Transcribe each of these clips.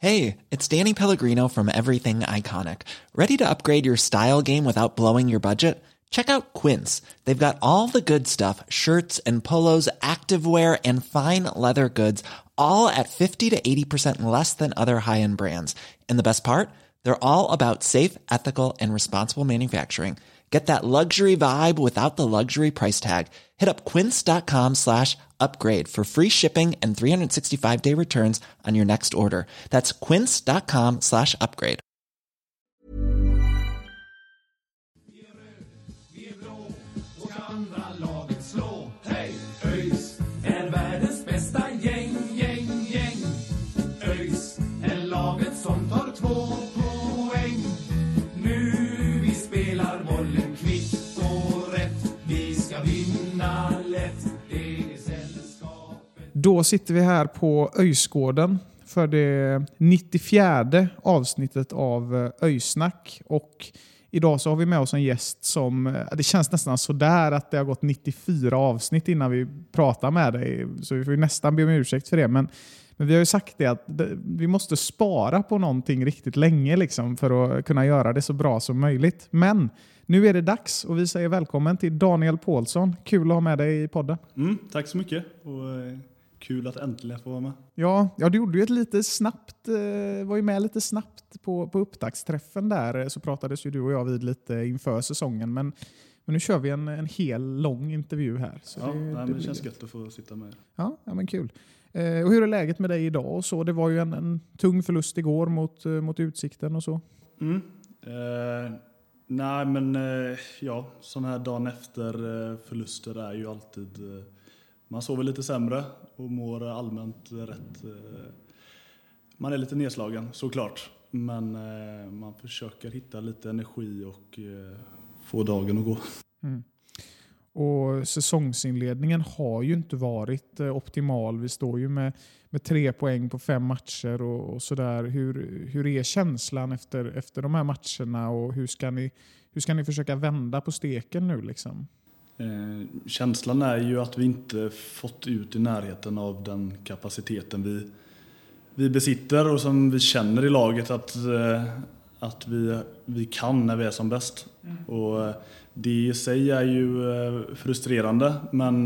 Hey, it's Danny Pellegrino from Everything Iconic. Ready to upgrade your style game without blowing your budget? Check out Quince. They've got all the good stuff, shirts and polos, activewear, and fine leather goods, all at 50 to 80% less than other high-end brands. And the best part? They're all about safe, ethical, and responsible manufacturing. Get that luxury vibe without the luxury price tag. Hit up quince.com/upgrade for free shipping and 365-day returns on your next order. That's quince.com/upgrade. ÖIS är världens bästa gäng. ÖIS är laget som tar 2 poäng. Nu vi spelar bollen kvitt och rätt. Vi ska vinna lätt. Det är sällskapet. Då sitter vi här på ÖIS-gården för det 94:e avsnittet av ÖIS-snack. Och idag så har vi med oss en gäst som, det känns nästan så där att det har gått 94 avsnitt innan vi pratar med dig. Så vi får ju nästan be om ursäkt för det. Men vi har ju sagt det att vi måste spara på någonting riktigt länge liksom, för att kunna göra det så bra som möjligt. Men nu är det dags och vi säger välkommen till Daniel Paulsson. Kul att ha med dig i podden. Tack så mycket. Och kul att äntligen få vara med. Ja, du gjorde ju ett lite snabbt, var ju med lite snabbt på upptaktsträffen där, så pratades ju du och jag vid lite inför säsongen, men nu kör vi en hel lång intervju här. Så ja, men det känns gött att få sitta med. Ja, men kul. Och hur är läget med dig idag och så? Det var ju en tung förlust igår mot Utsikten och så. Nej, men ja, sån här dagen efter förluster är ju alltid... Man sover lite sämre och mår allmänt rätt. Man är lite nedslagen, såklart. Men man försöker hitta lite energi och få dagen att gå. Mm. Och säsongsinledningen har ju inte varit optimal. Vi står ju med 3 poäng på 5 matcher och sådär. Hur är känslan efter de här matcherna och hur ska ni försöka vända på steken nu liksom? Känslan är ju att vi inte fått ut i närheten av den kapaciteten vi besitter och som vi känner i laget att vi kan när vi är som bäst. Och det i sig är ju frustrerande, men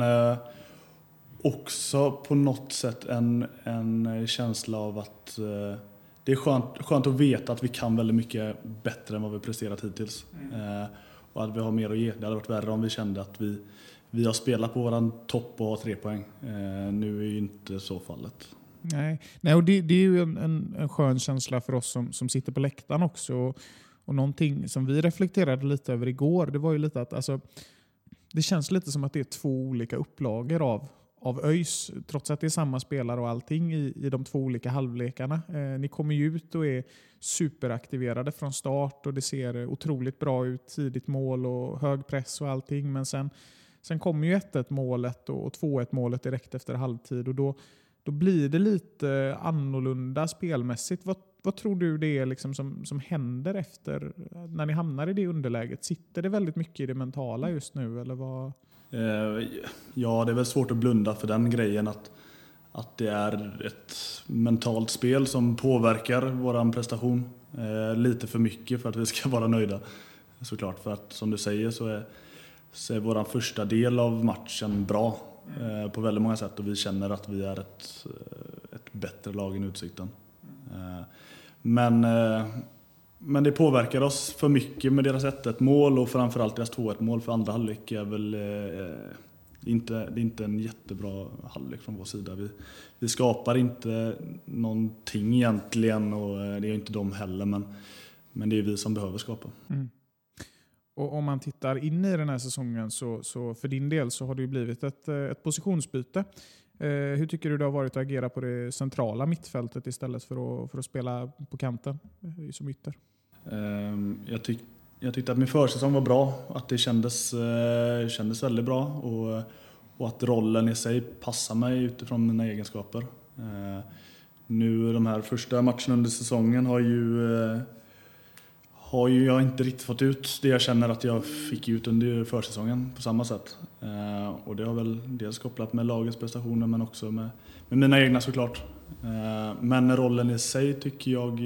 också på något sätt en känsla av att det är skönt att veta att vi kan väldigt mycket bättre än vad vi presterat hittills. Och att vi har mer att ge. Det hade varit värre om vi kände att vi har spelat på våran topp och har 3 poäng. Nu är ju inte så fallet. Nej, och det är ju en skön känsla för oss som sitter på läktaren också. Och någonting som vi reflekterade lite över igår, det var ju lite att alltså, det känns lite som att det är 2 olika upplagor av ÖIS, trots att det är samma spelare och allting i de 2 olika halvlekarna. Ni kommer ju ut och är superaktiverade från start och det ser otroligt bra ut, tidigt mål och hög press och allting, men sen kommer ju 1-1 målet och 2-1 målet direkt efter halvtid och då blir det lite annorlunda spelmässigt. Vad tror du det är liksom som händer efter när ni hamnar i det underläget? Sitter det väldigt mycket i det mentala just nu eller vad? Ja, det är väl svårt att blunda för den grejen att det är ett mentalt spel som påverkar våran prestation lite för mycket för att vi ska vara nöjda. Såklart, för att som du säger så är våran första del av matchen bra på väldigt många sätt och vi känner att vi är ett bättre lag än Utsikten. Men det påverkar oss för mycket med deras 1-1 mål och framförallt deras 2-1 mål för andra halvlek är väl det är inte en jättebra halvlek från vår sida. Vi skapar inte någonting egentligen och det är inte de heller, men det är vi som behöver skapa. Mm. Och om man tittar in i den här säsongen så för din del så har det ju blivit ett positionsbyte. Hur tycker du det har varit att agera på det centrala mittfältet istället för att spela på kanten som ytter? Jag tyckte att min försäsong var bra, att det kändes väldigt bra och att rollen i sig passar mig utifrån mina egenskaper. Nu de här första matcherna under säsongen har ju jag inte riktigt fått ut det jag känner att jag fick ut under försäsongen på samma sätt. Och det har väl dels kopplat med lagets prestationer men också med mina egna såklart. Men rollen i sig tycker jag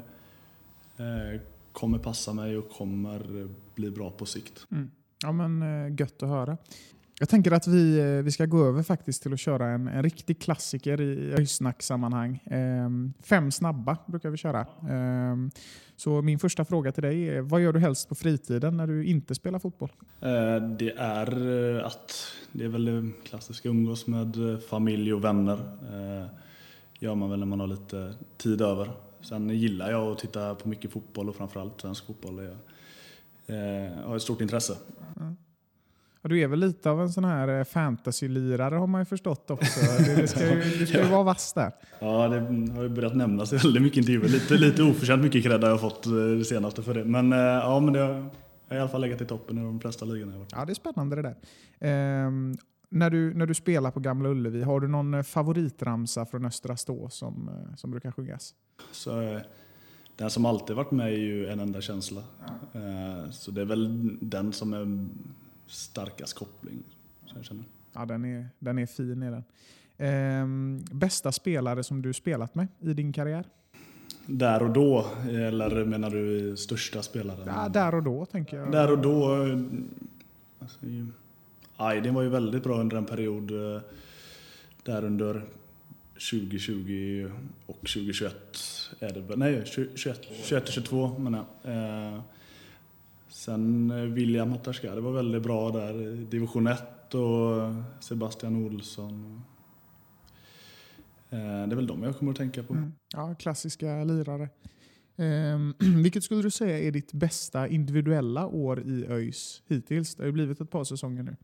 kommer passa mig och kommer bli bra på sikt. Ja, men gött att höra. Jag tänker att vi ska gå över faktiskt till att köra en riktig klassiker i öjsnacksammanhang. 5 snabba brukar vi köra. Så min första fråga till dig är, vad gör du helst på fritiden när du inte spelar fotboll? Det är väl det klassiska, umgås med familj och vänner. Gör man väl när man har lite tid över. Sen gillar jag att titta på mycket fotboll och framförallt svensk fotboll. Jag har ett stort intresse. Du är väl lite av en sån här fantasy-lirare har man ju förstått också. Du ska ju vara vass där. Ja, det har ju börjat nämnas väldigt mycket intervjuer. Lite oförtjänt mycket cred har jag fått det senaste för det. Men ja, men det har i alla fall legat i toppen i de flesta ligorna. Ja, det är spännande det där. När du spelar på Gamla Ullevi, har du någon favoritramsa från Östra Stå som brukar sjungas? Så den som alltid varit med är ju En enda känsla. Så det är väl den som är starkast koppling. Så jag känner. Ja, den är fin i den. Bästa spelare som du spelat med i din karriär? Där och då, eller menar du största spelaren? Ja, där och då tänker jag. Där och då, alltså, Aydin var ju väldigt bra under en period där under 2020 och 2021 är det, nej 21-22 menar jag. Sen William Hattarskar, det var väldigt bra där, division 1 och Sebastian Olsson. Det är väl de jag kommer att tänka på. Ja, klassiska lirare. Vilket skulle du säga är ditt bästa individuella år i ÖIS hittills? Det har ju blivit ett par säsonger nu.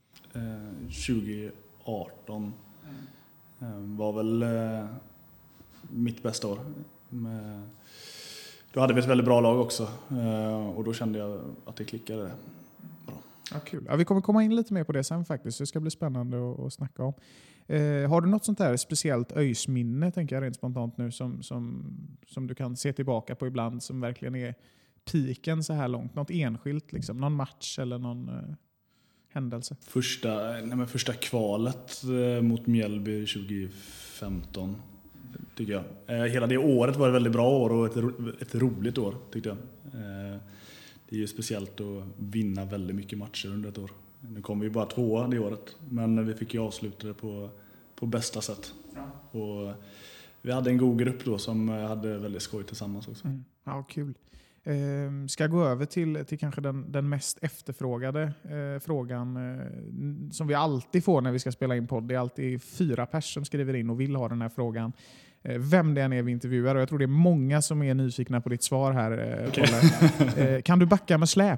2018 var väl mitt bästa år. Då hade vi ett väldigt bra lag också och då kände jag att det klickade bra. Ja, kul. Ja, vi kommer komma in lite mer på det sen faktiskt. Det ska bli spännande att snacka om. Har du något sånt där speciellt ÖIS-minne, tänker jag rent spontant nu, som du kan se tillbaka på ibland, som verkligen är piken så här långt? Något enskilt, liksom, någon match eller någon händelse? Första kvalet mot Mjällby 2015 tycker jag. Hela det året var ett väldigt bra år och ett roligt år tyckte jag. Det är ju speciellt att vinna väldigt mycket matcher under ett år. Nu kom vi bara 2 det året, men vi fick ju avsluta det på bästa sätt. Ja. Och vi hade en god grupp då som hade väldigt skoj tillsammans också. Ja, kul. Ska gå över till kanske den mest efterfrågade frågan som vi alltid får när vi ska spela in podd. Det är alltid 4 pers som skriver in och vill ha den här frågan. Vem det än är vi intervjuar, och jag tror det är många som är nyfikna på ditt svar här. Okay. Kan du backa med släp?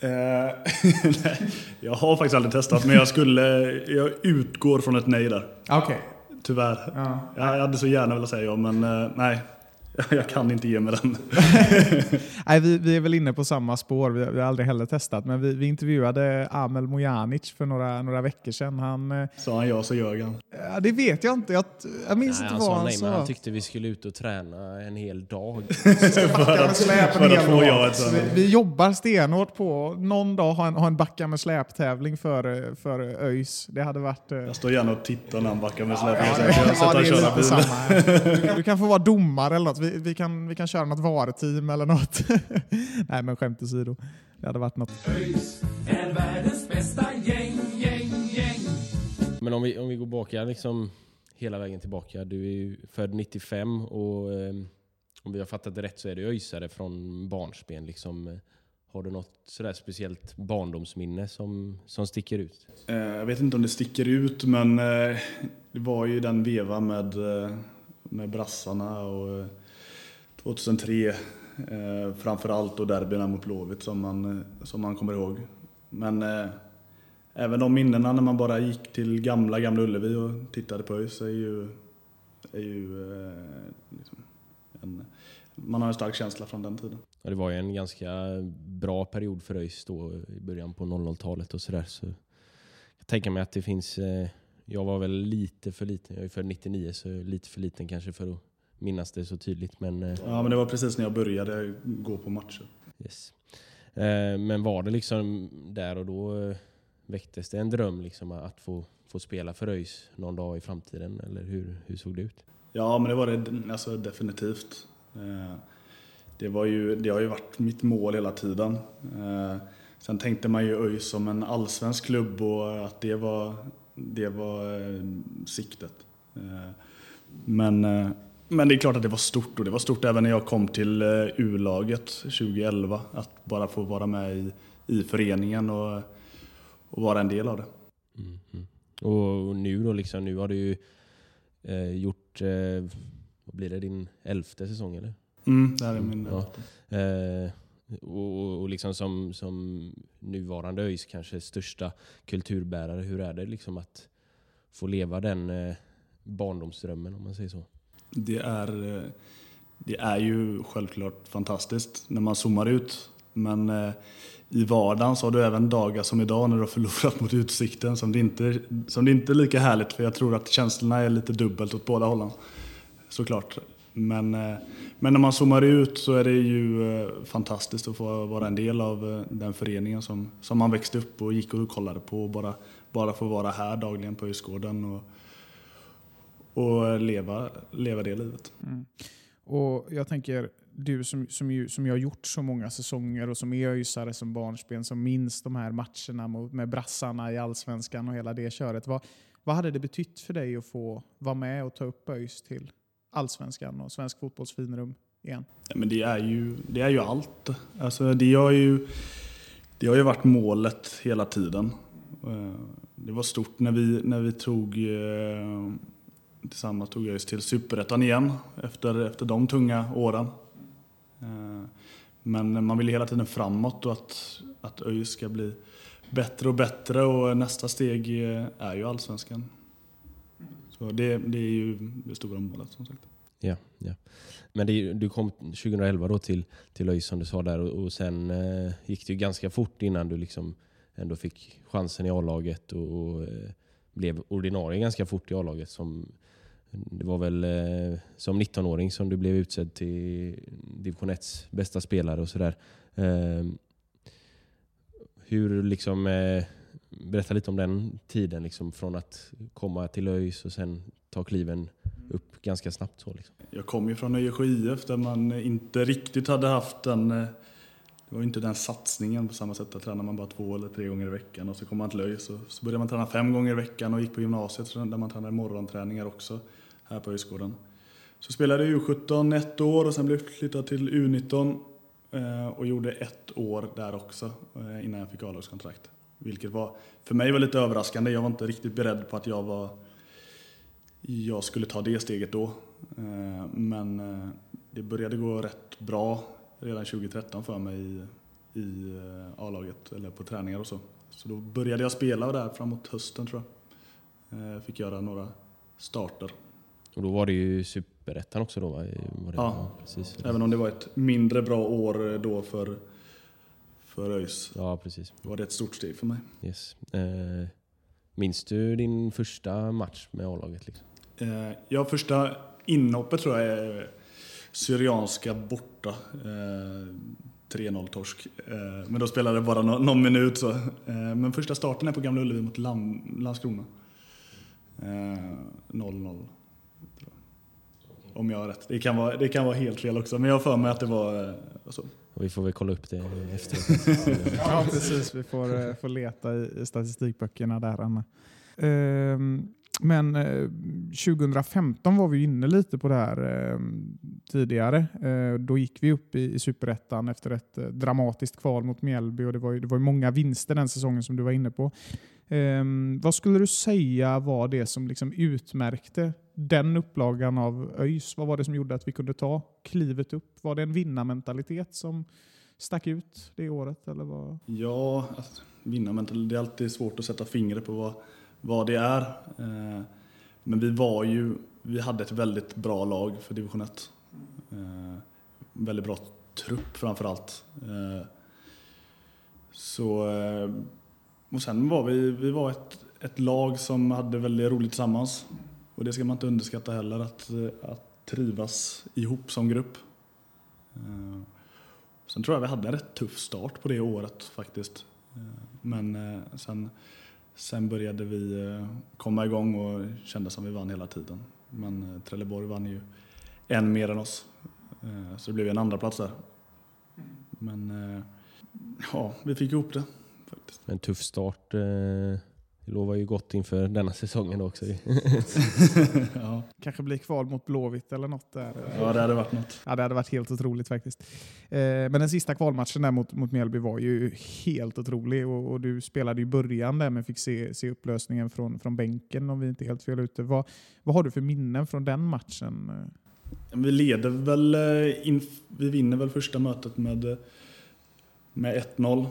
Jag har faktiskt aldrig testat, men jag utgår från ett nej där. Okay. Tyvärr. Ja. Jag hade så gärna velat säga ja, men nej. Jag kan inte ge mig den. Nej, vi är väl inne på samma spår. Vi har aldrig heller testat. Men vi intervjuade Amel Mojanic för några veckor sedan. Sa han ja så ljög han? Ja, det vet jag inte. Jag minns inte vad han sa. Men han tyckte vi skulle ut och träna en hel dag. för att få ja. Vi jobbar stenhårt på någon dag ha en backa med släptävling för ÖIS. Det hade varit... Jag står gärna och tittar när han backar med släp. Ja, det är lite samma. Du kan få vara domare eller något. Vi kan köra något VAR-team eller något. Nej, men skämt åsido. Det hade varit något. ÖIS är världens bästa gäng. Men om vi går baka liksom hela vägen tillbaka. Du är ju född 95 och om vi har fattat det rätt så är du ÖISare från barnsben. Liksom, har du något sådär speciellt barndomsminne som sticker ut? Jag vet inte om det sticker ut, men det var ju den veva med brassarna och 2003 framförallt och derbyna mot Blåvitt som man kommer ihåg. Men även de minnena när man bara gick till gamla Ullevi och tittade på ÖIS är ju liksom man har en stark känsla från den tiden. Ja, det var ju en ganska bra period för ÖIS då i början på 00-talet och sådär. Så jag tänker mig att det finns... Jag var väl lite för liten. Jag är född 99 så lite för liten kanske för att minnas det så tydligt. Men, ja, men det var precis när jag började gå på matcher. Yes. Men var det liksom där och då väcktes det en dröm liksom att få spela för ÖIS någon dag i framtiden? Eller hur såg det ut? Ja, men det var det alltså, definitivt. Det har ju varit mitt mål hela tiden. Sen tänkte man ju ÖIS som en allsvensk klubb och att det var siktet. Men det är klart att det var stort, och det var stort även när jag kom till U-laget 2011 att bara få vara med i föreningen och vara en del av det. Och nu då liksom, nu har du ju gjort, vad blir det, din 11:e säsong eller? Det här är min 11:e. Och liksom som nuvarande ÖIS kanske största kulturbärare, hur är det liksom att få leva den barndomsdrömmen, om man säger så? Det är ju självklart fantastiskt när man zoomar ut, men i vardagen så har du även dagar som idag när du har förlorat mot Utsikten som det inte är lika härligt, för jag tror att känslorna är lite dubbelt åt båda hållen, såklart. Men när man zoomar ut så är det ju fantastiskt att få vara en del av den föreningen som man växte upp och gick och kollade på, och bara få vara här dagligen på ÖIS-gården och leva det livet. Och jag tänker, du som jag har gjort så många säsonger och som är ÖISare som barnsben, som minns de här matcherna med brassarna i Allsvenskan och hela det köret. Vad hade det betytt för dig att få vara med och ta upp ÖIS till Allsvenskan och svensk fotbolls finrum igen? Ja, men det är ju allt. Alltså, det har ju varit målet hela tiden. Det var stort när vi tillsammans tog ÖIS till Superettan igen efter de tunga åren. Men man vill ju hela tiden framåt, och att ÖIS ska bli bättre och bättre, och nästa steg är ju Allsvenskan. Så det är ju det stora målet, som sagt. Ja. Men du kom 2011 då till ÖIS, som du sa där, och sen gick det ju ganska fort innan du liksom ändå fick chansen i A-laget och blev ordinarie ganska fort i A-laget. Det var väl som 19-åring som du blev utsedd till division 1:s bästa spelare och sådär. Hur liksom, berätta lite om den tiden liksom, från att komma till ÖIS och sen ta kliven upp ganska snabbt så liksom. Jag kom ju från Öjersjö IF där man inte riktigt hade haft det var inte den satsningen på samma sätt. Där tränar man bara 2 eller 3 gånger i veckan, och så kom man till ÖIS, så började man träna 5 gånger i veckan och gick på gymnasiet där man tränade morgonträningar också här på ÖIS-gården. Så spelade jag U17 1 år och sen blev jag flyttad till U19 och gjorde 1 år där också innan jag fick A-lagskontrakt. Vilket för mig var lite överraskande. Jag var inte riktigt beredd på att jag skulle ta det steget då. Men det började gå rätt bra redan 2013 för mig i A-laget eller på träningar och så. Så då började jag spela där framåt hösten, tror jag. Fick göra några starter. Och då var det ju Superettan också då, va? Ja, precis. Även om det var ett mindre bra år då för ÖIS. Ja, precis. Det var ett stort steg för mig. Yes. Minns du din första match med A-laget? Liksom? Första inhoppet tror jag är Syrianska borta. 3-0-torsk. Men då spelade det bara någon minut. Så. Men första starten är på Gamla Ullevi mot Landskrona. 0-0. Om jag har rätt. Det kan vara helt fel också. Men jag har för mig att det var så. Och vi får väl kolla upp det efteråt. Ja, precis. Vi får leta i statistikböckerna där, Anna. Men 2015 var vi inne lite på det här tidigare. Då gick vi upp i Superettan efter ett dramatiskt kval mot Mjällby, och det var många vinster den säsongen som du var inne på. Vad skulle du säga var det som liksom utmärkte den upplagan av ÖIS? Vad var det som gjorde att vi kunde ta klivet upp? Var det en vinnarmentalitet som stack ut det året? Eller vad? Ja, vinnarmentalitet, det är alltid svårt att sätta fingret på vad det är. Men vi hade ett väldigt bra lag för division 1. Väldigt bra trupp framförallt. Och sen var vi var ett lag som hade väldigt roligt tillsammans. Och det ska man inte underskatta heller, att trivas ihop som grupp. Sen tror jag vi hade en rätt tuff start på det året faktiskt. Men sen började vi komma igång och kände som vi vann hela tiden. Men Trelleborg vann ju en mer än oss. Så det blev en andra plats där. Men ja, vi fick ihop det faktiskt. En tuff start. Det lovar ju gott inför denna säsongen också. Ja. Kanske blir kval mot Blåvitt eller något där. Ja, det hade varit något. Ja, det hade varit helt otroligt faktiskt. Men den sista kvalmatchen där mot Mjällby var ju helt otrolig. Och du spelade i början där men fick se upplösningen från bänken om vi inte helt fel ute. Vad har du för minnen från den matchen? Vi leder väl vi vinner väl första mötet med 1-0.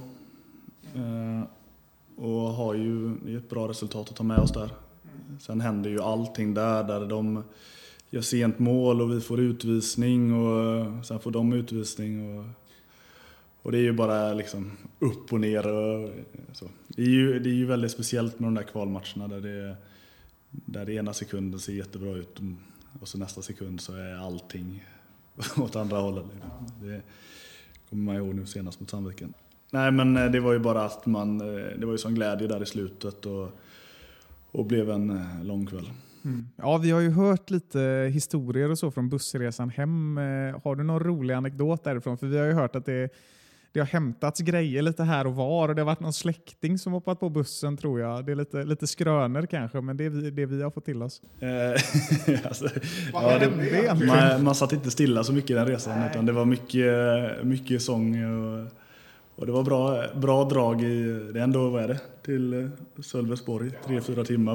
Och har ju ett bra resultat att ta med oss där. Sen händer ju allting där de gör sent mål och vi får utvisning och sen får de utvisning och det är ju bara liksom upp och ner och så. Det är ju väldigt speciellt med de där kvalmatcherna där det ena sekunden ser jättebra ut och så nästa sekund så är allting åt andra hållet. Det kommer man ihåg nu senast mot Sandviken. Nej, men det var ju bara att det var ju sån glädje där i slutet och blev en lång kväll. Ja, vi har ju hört lite historier och så från bussresan hem. Har du någon rolig anekdot därifrån? För vi har ju hört att det har hämtats grejer lite här och var och det har varit någon släkting som hoppat på bussen tror jag. Det är lite skröner kanske, men det är det vi har fått till oss. Alltså, man satt inte stilla så mycket i den resan utan det var mycket sång och det var bra drag i det ändå, vad är det, till Sölvesborg 3-4 timmar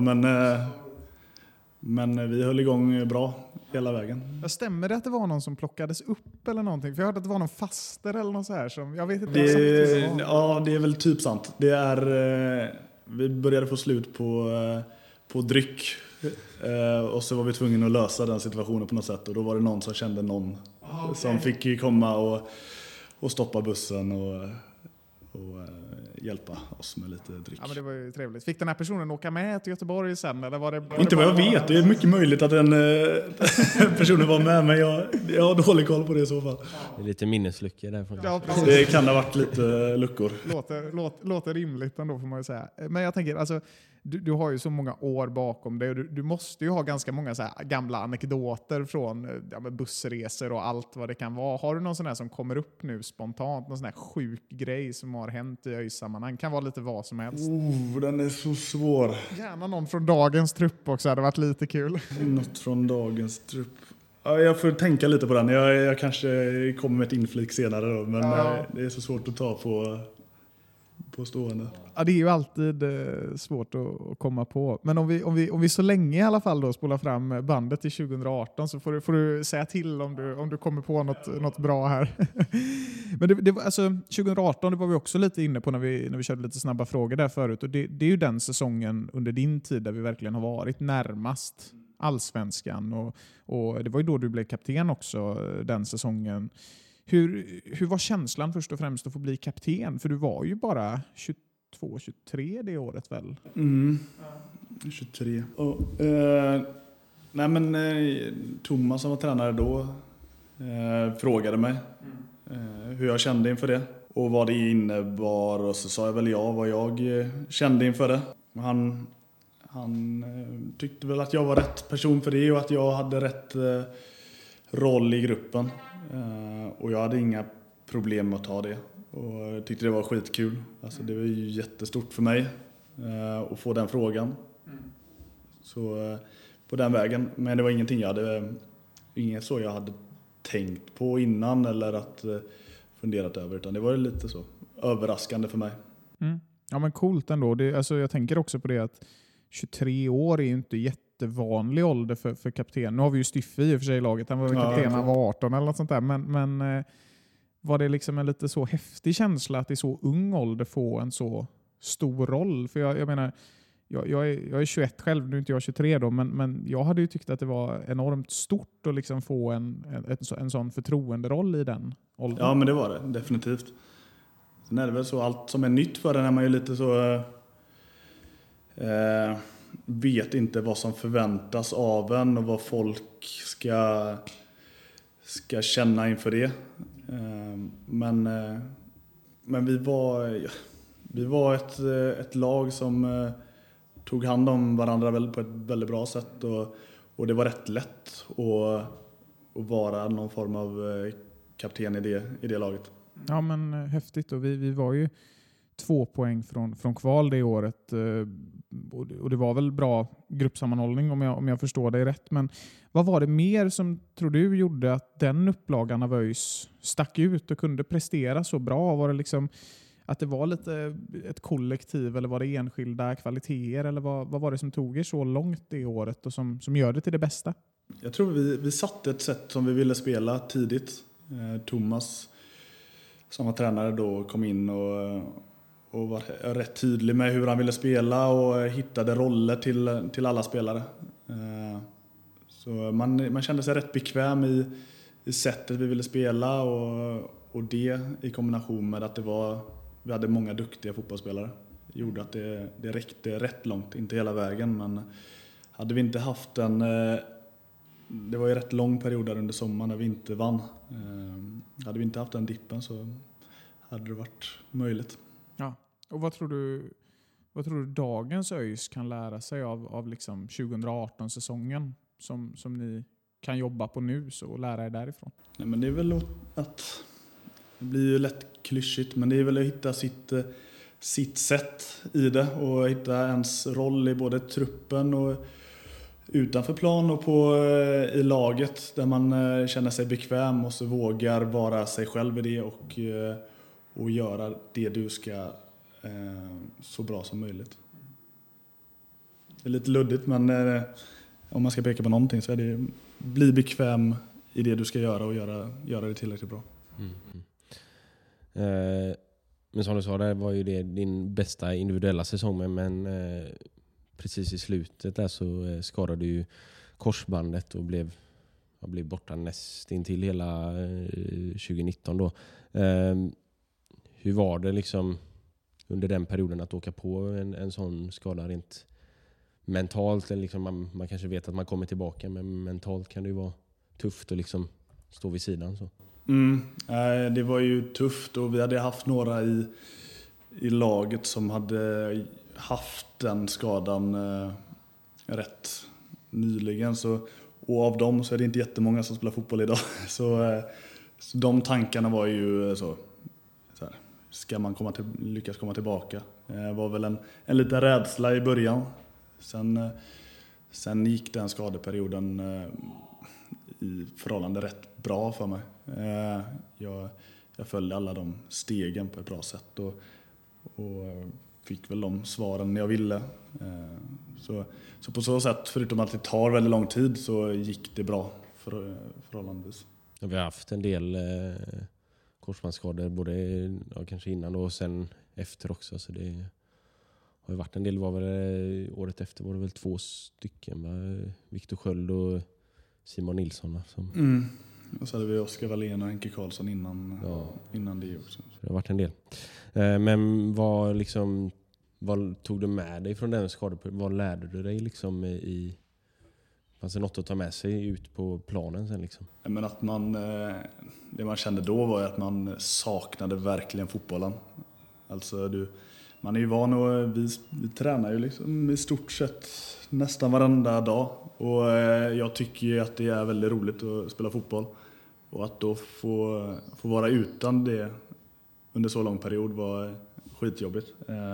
men vi höll igång bra hela vägen. Jag stämmer det att det var någon som plockades upp eller någonting? För jag hörde att det var någon faster eller något så här som jag vet inte exakt. Ja, det är väl typ sant. Det är vi började få slut på dryck och så var vi tvungna att lösa den situationen på något sätt och då var det någon som kände någon som fick komma och stoppa bussen och hjälpa oss med lite dryck. Ja, men det var ju trevligt. Fick den här personen åka med till Göteborg sen? Eller var det inte vad jag vet. Det är mycket möjligt att den personen var med, men jag har dålig koll på det i så fall. Det är lite minnesluckor därifrån. Ja, det kan ha varit lite luckor. Låter rimligt ändå får man ju säga. Men jag tänker, alltså, du har ju så många år bakom dig och du måste ju ha ganska många så här gamla anekdoter från bussresor och allt vad det kan vara. Har du någon sån här som kommer upp nu spontant? Någon sån här sjuk grej som har hänt i ÖIS-sammanhang? Kan vara lite vad som helst. Den är så svår. Gärna någon från dagens trupp också, hade varit lite kul. Något från dagens trupp. Ja, jag får tänka lite på den. Jag kanske kommer med ett inflik senare då, men det är så svårt att ta på stående. Ja, det är ju alltid svårt att komma på. Men om vi så länge i alla fall då spolar fram bandet till 2018 så får du säga till om du kommer på något bra här. Men alltså 2018 det var vi också lite inne på när vi körde lite snabba frågor där förut. Och det är ju den säsongen under din tid där vi verkligen har varit närmast allsvenskan. Och det var ju då du blev kapten också den säsongen. Hur var känslan först och främst att få bli kapten? För du var ju bara 22-23 det året väl? 23. Och, Thomas som var tränare då frågade mig hur jag kände inför det. Och vad det innebar. Och så sa jag väl vad jag kände inför det. Han tyckte väl att jag var rätt person för det och att jag hade rätt roll i gruppen. Och jag hade inga problem med att ta det. Och jag tyckte det var skitkul. Alltså det var ju jättestort för mig att få den frågan. Så på den vägen. Men det var inget så jag hade tänkt på innan eller att funderat över. Utan det var lite så överraskande för mig. Ja men coolt ändå. Alltså, jag tänker också på det att 23 år är ju inte jättevanlig ålder för kapten. Nu har vi ju Stiffe i och för sig i laget. Han var kapten när han var 18 eller något sånt där. Men var det liksom en lite så häftig känsla att i så ung ålder få en så stor roll? För jag menar, jag är 21 själv, nu är inte jag 23 då, men jag hade ju tyckt att det var enormt stort att liksom få en sån förtroenderoll i den åldern. Ja men det var det, definitivt. Sen är det väl så, allt som är nytt för den är man ju lite så... vet inte vad som förväntas av en och vad folk ska känna inför det. Men vi var ett lag som tog hand om varandra på ett väldigt bra sätt Och det var rätt lätt att vara någon form av kapten i det laget. Ja, men häftigt. Och vi var ju 2 poäng från kval det året. Och det var väl bra gruppsammanhållning om jag förstår dig rätt. Men vad var det mer som tror du gjorde att den upplagan av ÖIS stack ut och kunde prestera så bra? Var det liksom att det var lite ett kollektiv eller var det enskilda kvaliteter? Eller vad var det som tog er så långt det året och som gör det till det bästa? Jag tror vi satte ett sätt som vi ville spela tidigt. Thomas som var tränare då kom in och var rätt tydlig med hur han ville spela och hittade roller till alla spelare. Så man kände sig rätt bekväm i sättet vi ville spela och det i kombination med att vi hade många duktiga fotbollsspelare gjorde att det räckte rätt långt, inte hela vägen, men hade vi inte haft det var ju rätt lång period där under sommaren när vi inte vann. Hade vi inte haft den dippen så hade det varit möjligt. Ja. Och vad tror du dagens ÖIS kan lära sig av liksom 2018-säsongen som ni kan jobba på nu och lära er därifrån? Nej, men det är väl att det blir ju lätt klyschigt, men det är väl att hitta sitt sätt i det och hitta ens roll i både truppen och utanför plan och i laget där man känner sig bekväm och så vågar vara sig själv i det och göra det du ska så bra som möjligt. Det är lite luddigt, men om man ska peka på någonting så är det bli bekväm i det du ska göra och göra det tillräckligt bra. Men som du sa, det var ju det din bästa individuella säsong, men precis i slutet där så skadade du ju korsbandet och blev borta nästintill hela 2019 då. Hur var det liksom under den perioden att åka på en sån skada rent mentalt? Eller liksom man kanske vet att man kommer tillbaka, men mentalt kan det ju vara tufft att liksom stå vid sidan så. Det var ju tufft och vi hade haft några i laget som hade haft den skadan rätt nyligen. Och av dem så är det inte jättemånga som spelar fotboll idag. Så de tankarna var ju så här, ska man lyckas komma tillbaka? Det var väl en liten rädsla i början. Sen gick den skadeperioden i förhållande rätt bra för mig. Jag följde alla de stegen på ett bra sätt och fick väl de svaren jag ville. Så på så sätt, förutom att det tar väldigt lång tid, så gick det bra förhållandevis. Ja, vi har haft en del korsbandsskador både kanske innan och sen efter också, så det har ju varit en del. Var väl året efter var det väl 2 stycken, va? Viktor Sköld och Simon Nilsson, va? Och så hade vi Oskar Wallén och Henke Karlsson innan det också. Så det har varit en del. Men vad tog du med dig från den skadeperioden? Vad lärde du dig liksom fanns det något att ta med sig ut på planen sen liksom? Men att det man kände då var att man saknade verkligen fotbollen. Alltså man är ju van och vi tränar ju liksom i stort sett nästan varenda dag. Och jag tycker ju att det är väldigt roligt att spela fotboll. Och att då få vara utan det under så lång period var skitjobbigt.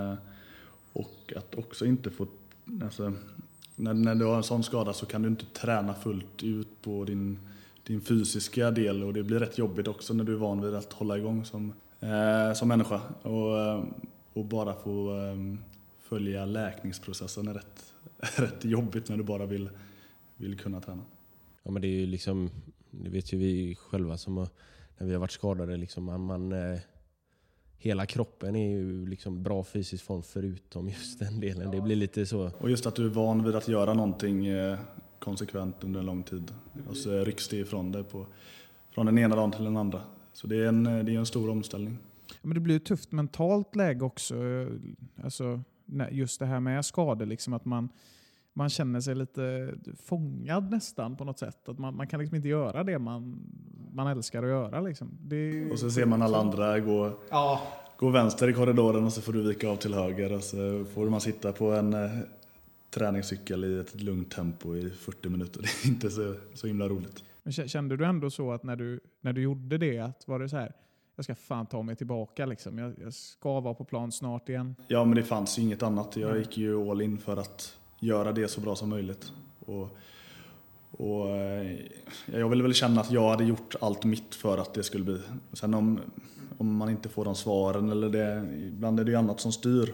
Och att också inte få... Alltså, när du har en sån skada så kan du inte träna fullt ut på din fysiska del. Och det blir rätt jobbigt också när du är van vid att hålla igång som människa. Och bara få följa läkningsprocessen är rätt jobbigt när du bara vill kunna träna. Ja, men det är ju liksom, det vet ju vi själva som när vi har varit skadade liksom, hela kroppen är ju liksom bra fysisk form förutom just den delen. Det blir lite så. Och just att du är van vid att göra någonting konsekvent under en lång tid. Och så rycks det ifrån dig från den ena dagen till den andra. Så det är en stor omställning. Ja, men det blir ett tufft mentalt läge också. Alltså, just det här med skador, liksom, att man känner sig lite fångad nästan på något sätt. Att man kan liksom inte göra det man älskar att göra. Liksom. Och så ser man alla andra gå vänster i korridoren och så får du vika av till höger. Och så får man sitta på träningscykel i ett lugnt tempo i 40 minuter. Det är inte så himla roligt. Men kände du ändå så att när du gjorde det, att var det så här, jag ska fan ta mig tillbaka liksom. Jag ska vara på plan snart igen. Ja, men det fanns ju inget annat. Jag gick ju all in för att göra det så bra som möjligt. Och jag ville väl känna att jag hade gjort allt mitt för att det skulle bli. Sen om man inte får de svaren eller det, ibland är det ju annat som styr.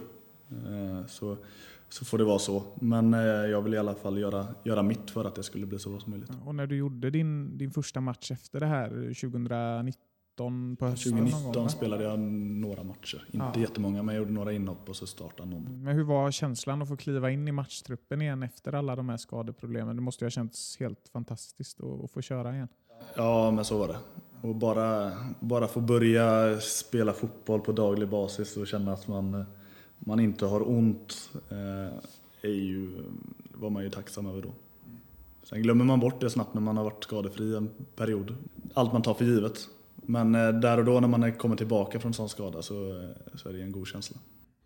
Så får det vara så. Men jag vill i alla fall göra mitt för att det skulle bli så bra som möjligt. Och när du gjorde din första match efter det här 2019 på hösten 2019 spelade jag några matcher. Inte jättemånga, men jag gjorde några inhopp och så startade någon. Men hur var känslan att få kliva in i matchtruppen igen efter alla de här skadeproblemen? Det måste ju ha känts helt fantastiskt att få köra igen. Ja, men så var det. Och bara få börja spela fotboll på daglig basis och känna att man inte har ont var man ju tacksam över då. Sen glömmer man bort det snabbt när man har varit skadefri en period. Allt man tar för givet. Men där och då när man kommer tillbaka från sån skada så är det en god känsla.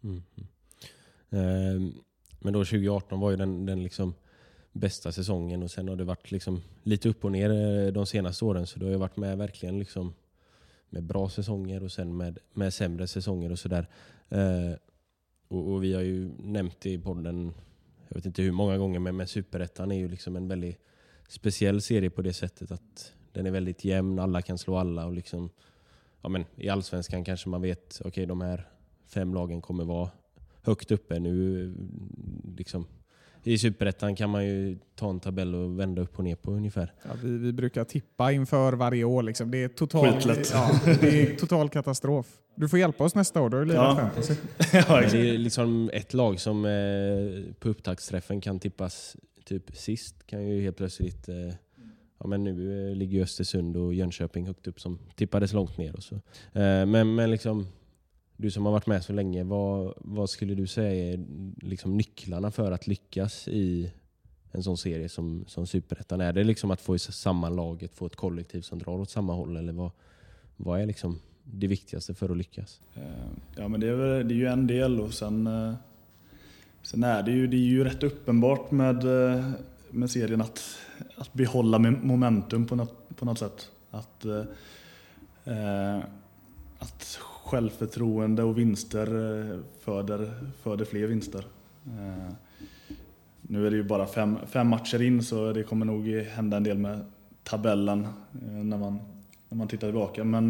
Men då 2018 var ju den liksom bästa säsongen, och sen har det varit liksom lite upp och ner de senaste åren, så du har ju varit med verkligen liksom med bra säsonger och sen med sämre säsonger och sådär. Och vi har ju nämnt det i podden, jag vet inte hur många gånger, men Superettan är ju liksom en väldigt speciell serie på det sättet att den är väldigt jämn, alla kan slå alla, och liksom, ja, men i Allsvenskan kanske man vet, okej, de här 5 lagen kommer vara högt uppe nu liksom. I Superettan kan man ju ta en tabell och vända upp och ner på ungefär. Ja, vi brukar tippa inför varje år. Liksom. Det är total katastrof. Du får hjälpa oss nästa år. Då är det fantasy. Det är liksom ett lag som på upptaktsträffen kan tippas typ sist. Kan ju helt plötsligt... men nu ligger ju Östersund och Jönköping högt upp som tippades långt ner. Och så. Men liksom... Du som har varit med så länge, vad skulle du säga är liksom nycklarna för att lyckas i en sån serie som Superettan? Är det liksom att få samman laget, få ett kollektiv som drar åt samma håll, eller vad är liksom det viktigaste för att lyckas? Ja, men det är ju en del, och sen är det är ju rätt uppenbart med serien att behålla momentum på något sätt. Att självförtroende och vinster föder fler vinster. Nu är det ju bara 5 matcher in, så det kommer nog hända en del med tabellen när man tittar tillbaka. Men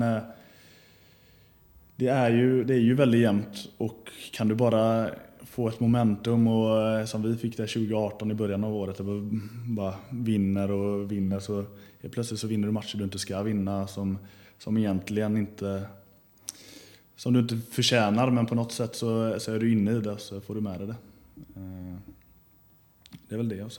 det är ju väldigt jämnt, och kan du bara få ett momentum, och som vi fick där 2018 i början av året, bara vinner, så plötsligt så vinner du matcher du inte ska vinna, som egentligen inte... Som du inte förtjänar, men på något sätt så är du inne i det, så får du med dig det. Det är väl det. Och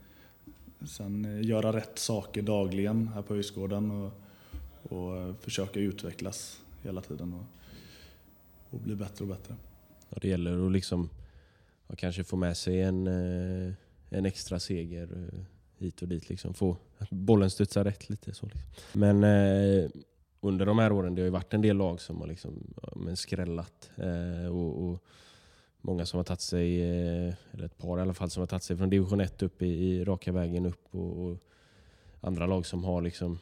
sen göra rätt saker dagligen här på Höjsgården och försöka utvecklas hela tiden och bli bättre och bättre. Ja, det gäller att liksom kanske få med sig en extra seger hit och dit. Liksom. Få bollen studsa rätt lite. Så liksom. Men... under de här åren, det har ju varit en del lag som har liksom, skrällat och många som har tagit sig, eller ett par i alla fall, som har tagit sig från division 1 upp i raka vägen upp, och andra lag som har liksom,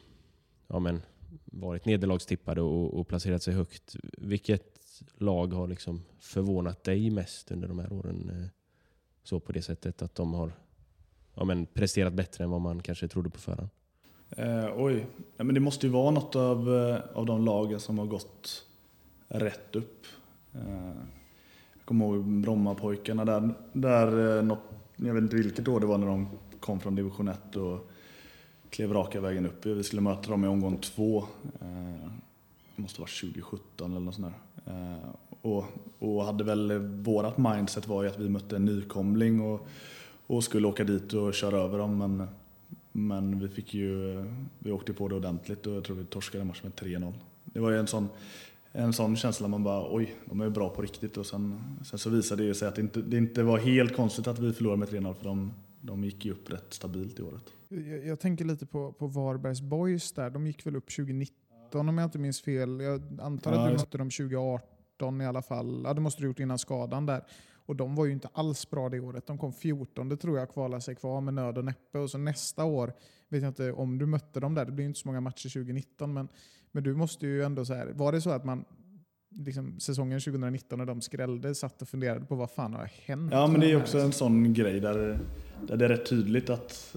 varit nederlagstippade och placerat sig högt. Vilket lag har liksom förvånat dig mest under de här åren, så på det sättet att de har presterat bättre än vad man kanske trodde på förhand? Men det måste ju vara något av de lagen som har gått rätt upp. Jag kommer ihåg Brommapojkarna där något, jag vet inte vilket år det var, när de kom från division 1 och klev raka vägen upp. Vi skulle möta dem i omgång 2. Det måste vara 2017 eller något sånt där. Och hade väl, vårat mindset var ju att vi mötte en nykomling och skulle åka dit och köra över dem, men vi åkte på det ordentligt, och jag tror vi torskade en match med 3-0. Det var ju en sån känsla, man bara oj, de är bra på riktigt, och sen så visade det sig att det inte var helt konstigt att vi förlorade med 3-0, för de gick ju upp rätt stabilt i året. Jag tänker lite på Varbergs Boys där, de gick väl upp 2019 om jag inte minns fel. Jag antar att du mötte dem 2018 i alla fall. Ja, det måste du gjort innan skadan där. Och de var ju inte alls bra det året. De kom 14, tror jag, kvalade sig kvar med nöd och näppe. Och så nästa år, vet jag inte om du mötte dem där, det blir inte så många matcher 2019, men du måste ju ändå så här, var det så att man liksom, säsongen 2019 när de skrällde satt och funderade på vad fan har hänt? Ja, men det är också en sån grej där det är rätt tydligt att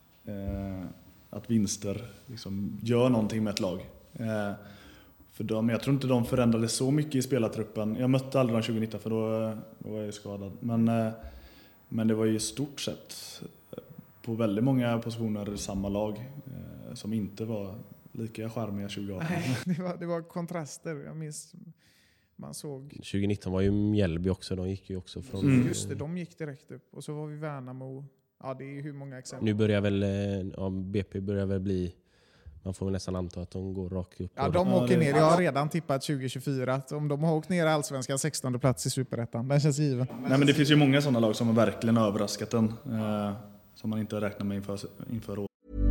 vinster liksom gör någonting med ett lag. För jag tror inte de förändrade så mycket i spelartruppen. Jag mötte aldrig dem 2019 för då var jag skadad. Men det var ju i stort sett på väldigt många positioner samma lag som inte var lika charmiga 2018. Nej, det var kontraster. Jag minns man såg... 2019 var ju Mjällby också. De gick ju också från... Just det, de gick direkt upp. Och så var vi Värnamo. Ja, det är hur många exempel. Nu börjar väl... BP börjar väl bli... Man får väl nästan anta att de går rakt upp. Ja, de åker ner. Jag har redan tippat 2024. Att om de har åkt ner i Allsvenskan 16:e plats i Superettan. Den känns given. Nej, men det finns ju många sådana lag som har verkligen överraskat den. Som man inte räknar med inför år.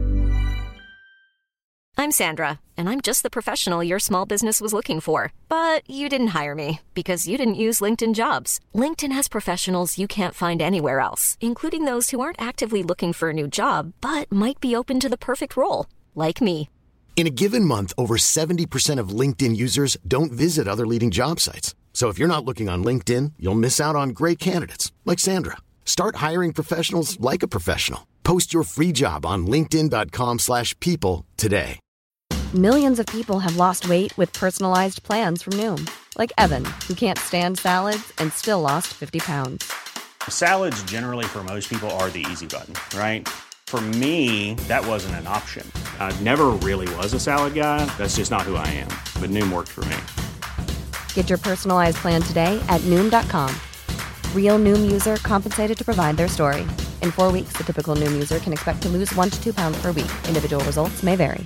I'm Sandra, and I'm just the professional your small business was looking for. But you didn't hire me because you didn't use LinkedIn Jobs. LinkedIn has professionals you can't find anywhere else, including those who aren't actively looking for a new job, but might be open to the perfect role, like me. In a given month, over 70% of LinkedIn users don't visit other leading job sites. So if you're not looking on LinkedIn, you'll miss out on great candidates like Sandra. Start hiring professionals like a professional. Post your free job on linkedin.com/people today. Millions of people have lost weight with personalized plans from Noom. Like Evan, who can't stand salads and still lost 50 pounds. Salads generally for most people are the easy button, right? For me, that wasn't an option. I never really was a salad guy. That's just not who I am. But Noom worked for me. Get your personalized plan today at Noom.com. Real Noom user compensated to provide their story. In 4 weeks, the typical Noom user can expect to lose 1 to 2 pounds per week. Individual results may vary.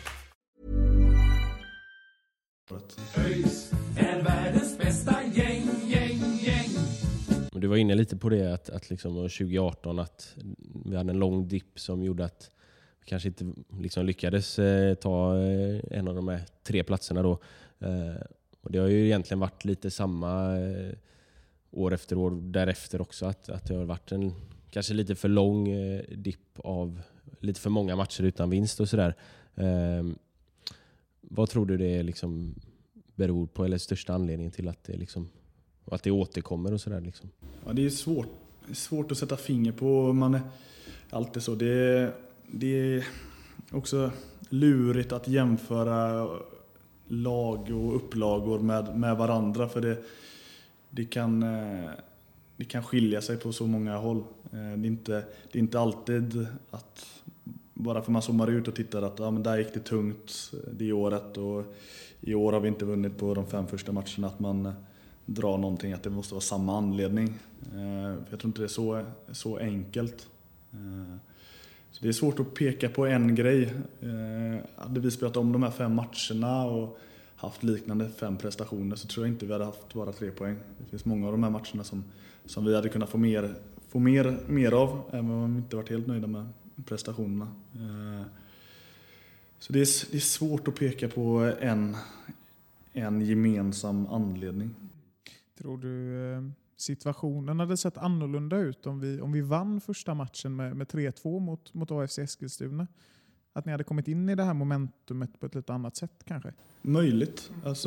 ÖIS är världens bästa gäng. Du var inne lite på det att liksom 2018 att vi hade en lång dipp som gjorde att vi kanske inte liksom lyckades ta en av de här 3 platserna då. Och det har ju egentligen varit lite samma år efter år därefter också, att det har varit en kanske lite för lång dipp av lite för många matcher utan vinst och sådär. Vad tror du det liksom beror på, eller största anledningen till att det liksom, att det återkommer och sådär liksom? Ja, det är svårt att sätta finger på. Man är alltid så. Det är också lurigt att jämföra lag och upplagor med varandra, för det kan skilja sig på så många håll. Det är inte alltid att bara för man zoomar ut och tittar att men där gick det tungt det året och i år har vi inte vunnit på de 5 första matcherna, att man drar någonting att det måste vara samma anledning. Jag tror inte det är så enkelt. Så det är svårt att peka på en grej. Hade vi spelat om de här 5 matcherna och haft liknande 5 prestationer så tror jag inte vi hade haft bara 3 poäng. Det finns många av de här matcherna som vi hade kunnat få mer av, även om vi inte varit helt nöjda med prestationerna. Så det är svårt att peka på en gemensam anledning. Tror du situationen hade sett annorlunda ut om vi vann första matchen med 3-2 mot AFC Eskilstuna? Att ni hade kommit in i det här momentumet på ett lite annat sätt kanske? Möjligt. Alltså,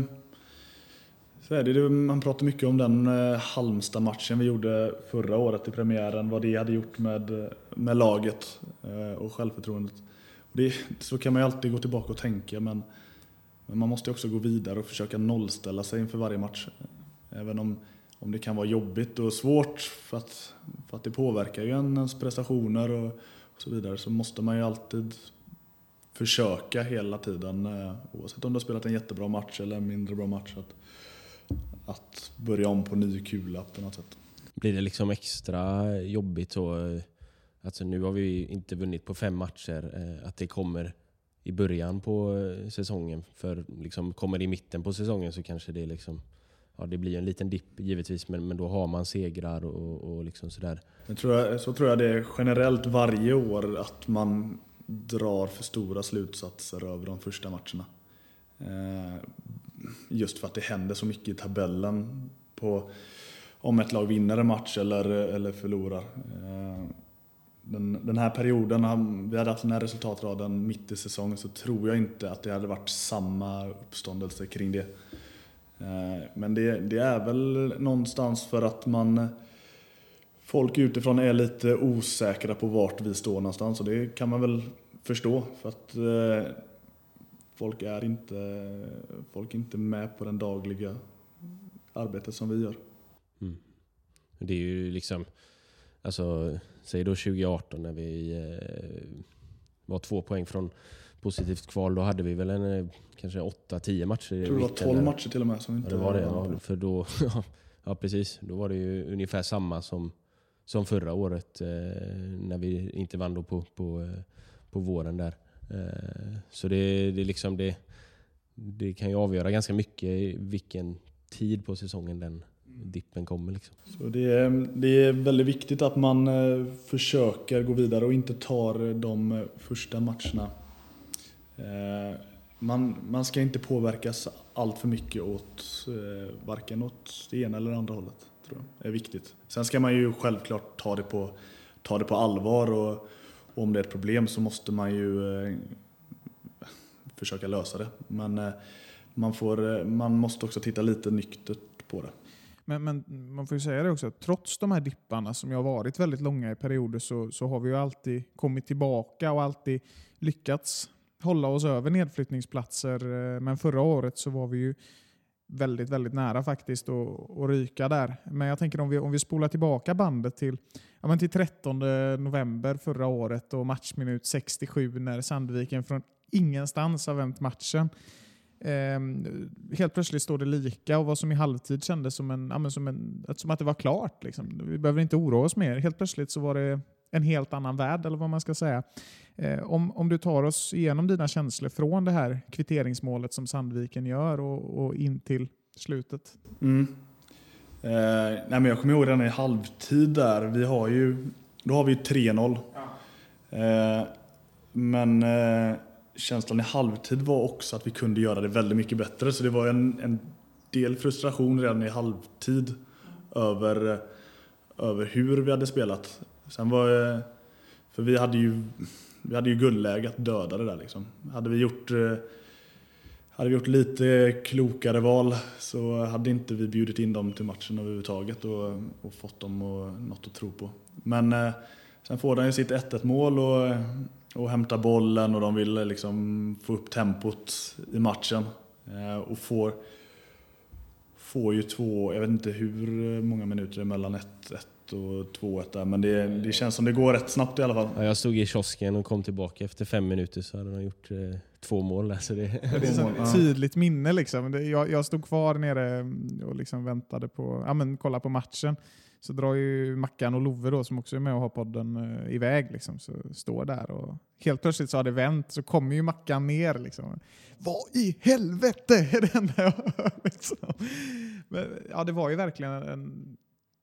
så är det. Man pratar mycket om den Halmstad-matchen vi gjorde förra året i premiären. Vad det hade gjort med laget och självförtroendet. Så kan man ju alltid gå tillbaka och tänka, men man måste också gå vidare och försöka nollställa sig inför varje match. Även om det kan vara jobbigt och svårt för att det påverkar ju ens prestationer och så vidare, så måste man ju alltid försöka hela tiden, oavsett om du har spelat en jättebra match eller en mindre bra match, att börja om på ny kula på något sätt. Blir det liksom extra jobbigt så, alltså nu har vi inte vunnit på 5 matcher, att det kommer i början på säsongen, för liksom kommer det i mitten på säsongen så kanske det liksom, ja, det blir en liten dipp givetvis, men då har man segrar och liksom sådär. Så tror jag det är generellt varje år, att man drar för stora slutsatser över de första matcherna. Just för att det händer så mycket i tabellen på om ett lag vinner en match eller förlorar. Den här perioden, vi hade haft den här resultatraden mitt i säsongen, så tror jag inte att det hade varit samma uppståndelse kring det. Men det är väl någonstans för att folk utifrån är lite osäkra på vart vi står någonstans, och det kan man väl förstå, för att folk är inte med på den dagliga arbetet som vi gör. Mm. Det är ju liksom, alltså, säg då 2018 när vi var 2 poäng från positivt kval, då hade vi väl kanske 8-10 matcher. Jag tror det var 12 matcher till och med som inte. Ja, det var det. Ja, för då, ja, precis. Då var det ju ungefär samma som förra året när vi inte vann då på våren där. Så det liksom det kan ju avgöra ganska mycket vilken tid på säsongen den dippen kommer liksom. Så det är väldigt viktigt att man försöker gå vidare och inte tar de första matcherna. Man ska inte påverkas allt för mycket åt varken åt det ena eller andra hållet, tror jag. Det är viktigt. Sen ska man ju självklart ta det på allvar, och om det är ett problem så måste man ju försöka lösa det. Men man måste också titta lite nyktert på det. Men man får ju säga det också, att trots de här dipparna som har varit väldigt långa i perioder, så har vi ju alltid kommit tillbaka och alltid lyckats hålla oss över nedflyttningsplatser. Men förra året så var vi ju väldigt, väldigt nära faktiskt att ryka där. Men jag tänker om vi spolar tillbaka bandet till 13 november förra året och matchminut 67 när Sandviken från ingenstans har vänt matchen. Helt plötsligt står det lika, och vad som i halvtid kändes som att det var klart liksom. Vi behöver inte oroa oss mer. Helt plötsligt så var det en helt annan värld, eller vad man ska säga. Om du tar oss igenom dina känslor från det här kvitteringsmålet som Sandviken gör och in till slutet. Nej, men jag kommer ihåg den i halvtid där. Då har vi 3-0. Men känslan i halvtid var också att vi kunde göra det väldigt mycket bättre. Så det var en del frustration redan i halvtid över hur vi hade spelat. Sen för vi hade ju guldläge att döda det där liksom. Hade vi gjort lite klokare val, så hade inte vi bjudit in dem till matchen överhuvudtaget och fått dem något att tro på. Men sen får de ju sitt 1-1 mål och hämtar bollen, och de vill liksom få upp tempot i matchen, och får ju jag vet inte hur många minuter mellan 1-1 och 2-1 där, men det känns som det går rätt snabbt i alla fall. Ja, jag stod i kiosken och kom tillbaka efter 5 minuter, så hade de gjort 2 mål där, så det är ett tydligt minne liksom. Jag stod kvar nere och liksom väntade på kolla på matchen. Så drar ju Mackan och Love då, som också är med och har podden, iväg liksom, så står där, och helt plötsligt så har det vänt, så kommer ju Mackan ner liksom. Vad i helvete är det enda jag hör liksom. Men, ja, det var ju verkligen en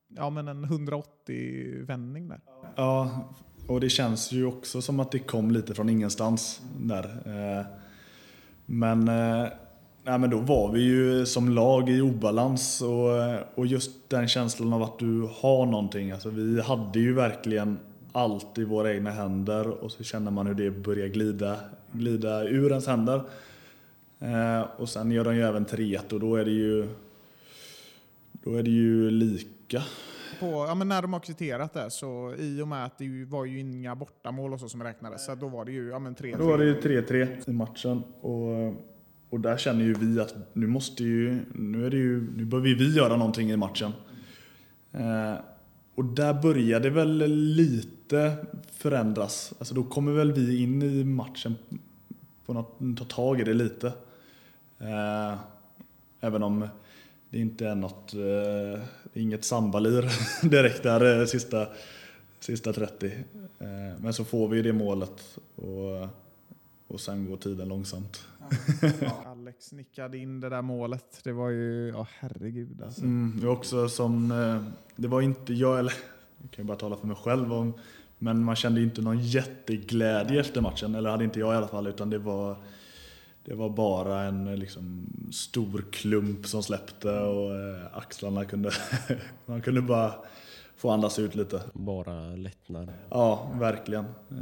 180-vändning där. Ja, och det känns ju också som att det kom lite från ingenstans där. Men då var vi ju som lag i obalans, och just den känslan av att du har någonting. Alltså, vi hade ju verkligen allt i våra egna händer, och så känner man hur det börjar glida ur ens händer. Och sen gör de ju även 3-1, och då är det ju lika. När de har kvitterat det, så i och med att det var ju inga bortamål och så som räknades, så då var det ju 3-3. Då var det ju 3-3 i matchen, och där känner ju vi att nu behöver vi göra någonting i matchen. Och där börjar det väl lite förändras. Alltså då kommer väl vi in i matchen på ta tag i det lite. Även om det inte är inget sambalir direkt där sista 30. Men så får vi det målet, och sen går tiden långsamt. Alex nickade in det där målet. Det var ju, herregud alltså. Också det var inte jag, eller jag kan ju bara tala för mig själv, men man kände inte någon jätteglädje efter matchen, eller hade inte jag i alla fall, utan det det var bara en liksom stor klump som släppte och axlarna man kunde bara få andas ut lite. Bara lättnad. Ja, verkligen.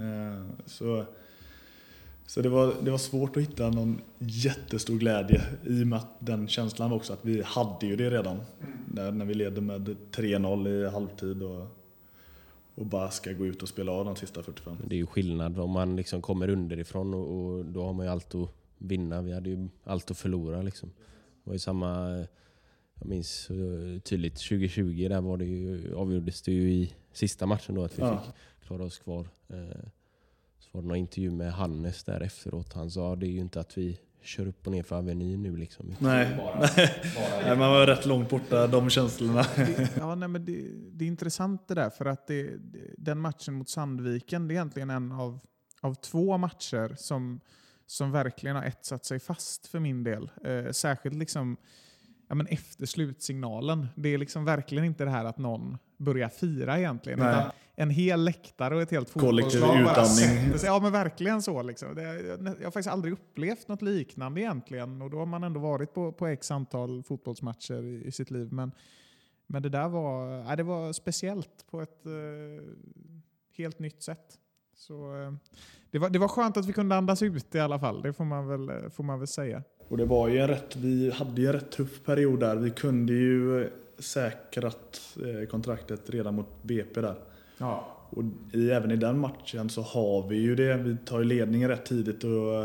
Så det var svårt att hitta någon jättestor glädje i och med att den känslan var också att vi hade ju det redan när vi ledde med 3-0 i halvtid och bara ska gå ut och spela av de sista 45. Det är ju skillnad om man liksom kommer underifrån och då har man ju allt att vinna. Vi hade ju allt att förlora liksom. Det var ju samma, jag minns tydligt 2020, där var det ju, avgjordes det ju i sista matchen då att vi fick klara oss kvar. Så var det någon intervju med Hannes där efteråt. Han sa det är ju inte att vi kör upp och ner för Avenyn nu liksom. Nej, man var rätt långt borta de känslorna. Men det är intressant det där, för att den matchen mot Sandviken, det är egentligen en av 2 matcher som verkligen har etsat sig fast för min del. Särskilt liksom, efter slutsignalen. Det är liksom verkligen inte det här att någon börjar fira egentligen. Utan en hel läktare och ett helt fotbollslag bara sätter sig. Ja, men verkligen så. Liksom. Jag har faktiskt aldrig upplevt något liknande egentligen. Och då har man ändå varit på x antal fotbollsmatcher i sitt liv. Men det där det var speciellt på ett helt nytt sätt. Så det var skönt att vi kunde andas ut i alla fall. Det får man väl säga. Och det var ju vi hade ju en rätt tuff period där. Vi kunde ju säkrat kontraktet redan mot BP där. Ja. Och även i den matchen så har vi ju det. Vi tar ju ledningen rätt tidigt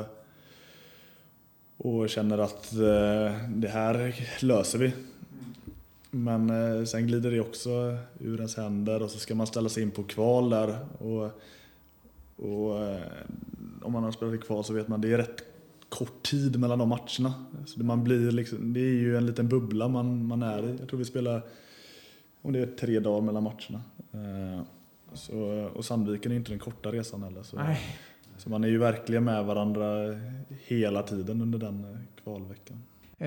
och känner att det här löser vi. Men sen glider det också ur ens händer och så ska man ställa sig in på kval där. Och om man har spelat i kval så vet man det är rätt kort tid mellan de matcherna. Så man blir liksom, det är ju en liten bubbla man är i. Jag tror vi spelar om det är 3 dagar mellan matcherna. Och Sandviken är inte den korta resan heller. Så man är ju verkligen med varandra hela tiden under den kvalveckan.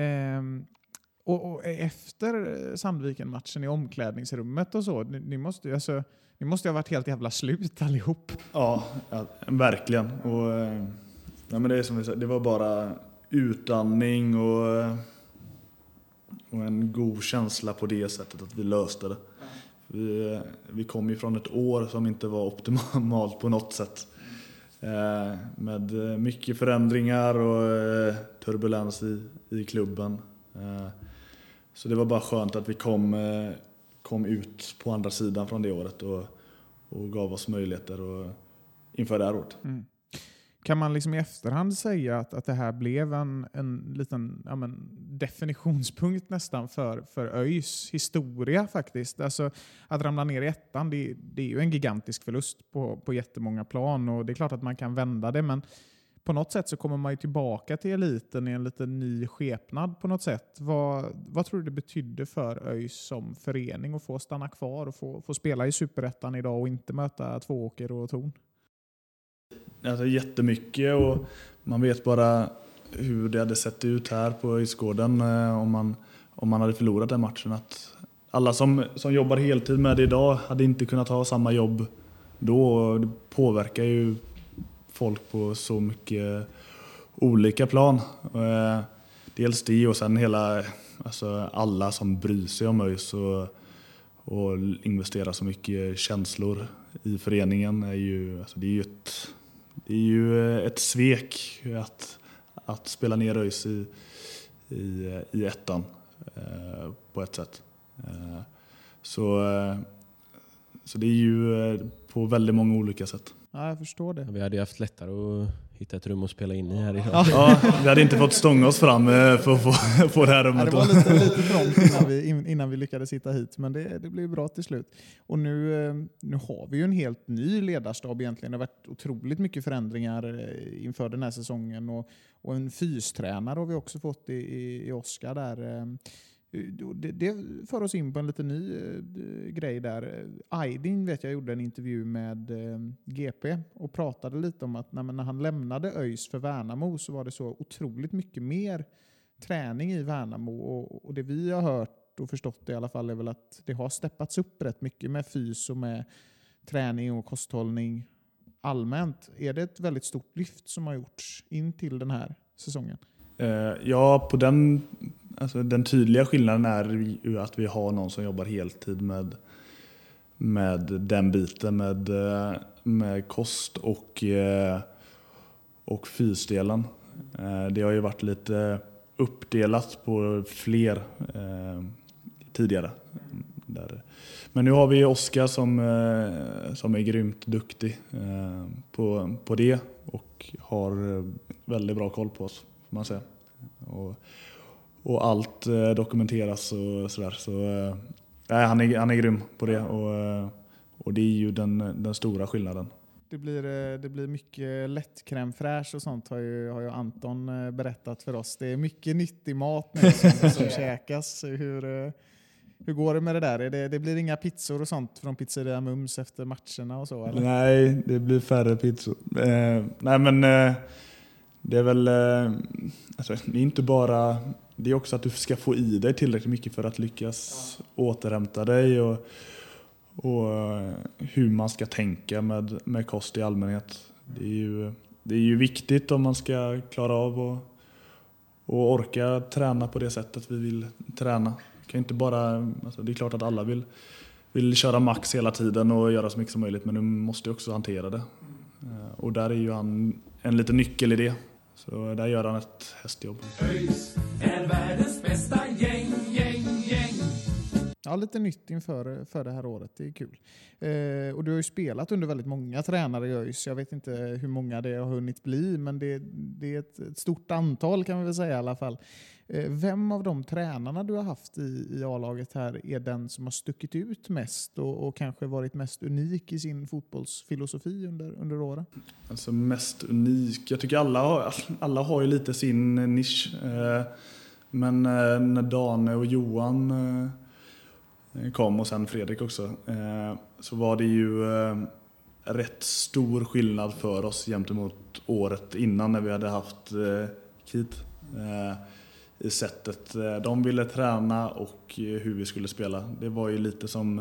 Och efter Sandviken-matchen i omklädningsrummet och så, ni måste ha varit helt jävla slut allihop. Ja, verkligen. Och men det är som vi sa, det var bara utandning och en god känsla på det sättet att vi löste det. Vi kom ju från ett år som inte var optimalt på något sätt. Med mycket förändringar och turbulens i klubben. Så det var bara skönt att vi kom ut på andra sidan från det året och gav oss möjligheter inför det här året. Mm. Kan man liksom i efterhand säga att det här blev en liten definitionspunkt nästan för ÖIS historia faktiskt? Alltså att ramla ner i ettan, det är ju en gigantisk förlust på jättemånga plan, och det är klart att man kan vända det, men på något sätt så kommer man ju tillbaka till eliten i en liten ny skepnad på något sätt. Vad tror du det betydde för ÖIS som förening att få stanna kvar och få spela i Superettan idag och inte möta Tvååker och Torn? Alltså jättemycket, och man vet bara hur det hade sett ut här på ÖIS-gården om man hade förlorat den matchen. Att alla som jobbar heltid med det idag hade inte kunnat ha samma jobb då, och det påverkar ju folk på så mycket olika plan. Dels det, och sen alla som bryr sig om ÖIS och investerar så mycket känslor i föreningen är ju, det är ju ett svek att spela ner ÖIS i ettan på ett sätt. Så det är ju på väldigt många olika sätt. Ja, jag förstår det. Vi hade ju haft lättare att hitta ett rum att spela in i här idag. Ja, vi hade inte fått stånga oss fram för att få det här rummet. Ja, det var lite trångt innan vi lyckades hitta hit, men det blev bra till slut. Och nu har vi ju en helt ny ledarstab egentligen. Det har varit otroligt mycket förändringar inför den här säsongen, och en fystränare har vi också fått i Oskar där. Det för oss in på en lite ny grej där. Aydin vet jag gjorde en intervju med GP och pratade lite om att när han lämnade ÖIS för Värnamo så var det så otroligt mycket mer träning i Värnamo, och det vi har hört och förstått i alla fall är väl att det har steppats upp rätt mycket med fys och med träning och kosthållning allmänt. Är det ett väldigt stort lyft som har gjorts in till den här säsongen? Ja, på den tydliga skillnaden är ju att vi har någon som jobbar heltid med den biten, med kost och fysdelen. Det har ju varit lite uppdelat på fler tidigare. Men nu har vi Oskar som är grymt duktig på det och har väldigt bra koll på oss, får man säga. Och allt dokumenteras och sådär. Så han är grym på det och det är ju den stora skillnaden. Det blir mycket lättkräm fräsch och sånt har ju Anton berättat för oss. Det är mycket nyttig mat nu som käkas. Hur går det med det där? Det blir inga pizzor och sånt från Pizzeria Mums efter matcherna och så, eller? Nej, det blir färre pizzor. Nej, men det är väl alltså, det är inte bara, det är också att du ska få i dig tillräckligt mycket för att lyckas återhämta dig och hur man ska tänka med kost i allmänhet. Det är ju viktigt om man ska klara av och orka träna på det sättet vi vill träna. Kan inte bara, alltså det är klart att alla vill köra max hela tiden och göra så mycket som möjligt, men du måste också hantera det. Och där är ju han en liten nyckel i det. Så där gör han ett hästjobb. ÖIS är världens bästa gäng. Ja, lite nytt inför det här året. Det är kul. Och du har ju spelat under väldigt många tränare i ÖIS. Jag vet inte hur många det har hunnit bli, men det är ett stort antal kan vi väl säga i alla fall. Vem av de tränarna du har haft i A-laget här är den som har stuckit ut mest och kanske varit mest unik i sin fotbollsfilosofi under åren? Alltså mest unik? Jag tycker alla har ju lite sin nisch. Men när Dane och Johan kom och sen Fredrik också, så var det ju rätt stor skillnad för oss gentemot året innan när vi hade haft Kit i sättet de ville träna och hur vi skulle spela. Det var ju lite som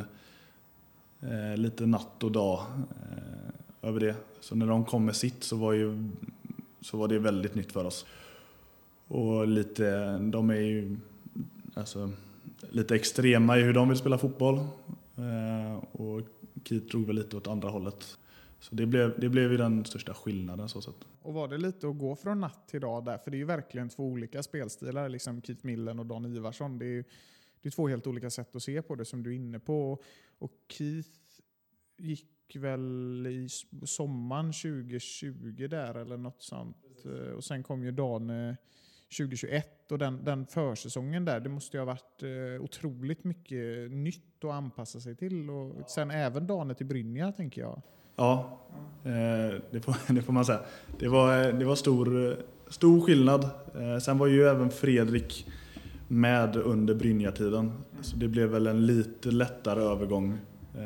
lite natt och dag över det. Så när de kom med sitt så var det väldigt nytt för oss. Och de är ju alltså lite extrema i hur de vill spela fotboll. Och Kit drog väl lite åt andra hållet. Så det blev ju den största skillnaden så sätt. Och var det lite att gå från natt till dag där? För det är ju verkligen två olika spelstilar, liksom Keith Millen och Dan Ivarsson. Det är två helt olika sätt att se på det som du är inne på. Och Keith gick väl i sommaren 2020 där eller något sånt. Och sen kom ju Dan 2021 och den försäsongen där, det måste ju ha varit otroligt mycket nytt att anpassa sig till. Och sen även Dane till Brynja, tänker jag. Ja, det får man säga. Det var stor skillnad. Sen var ju även Fredrik med under Brynja-tiden. Så det blev väl en lite lättare övergång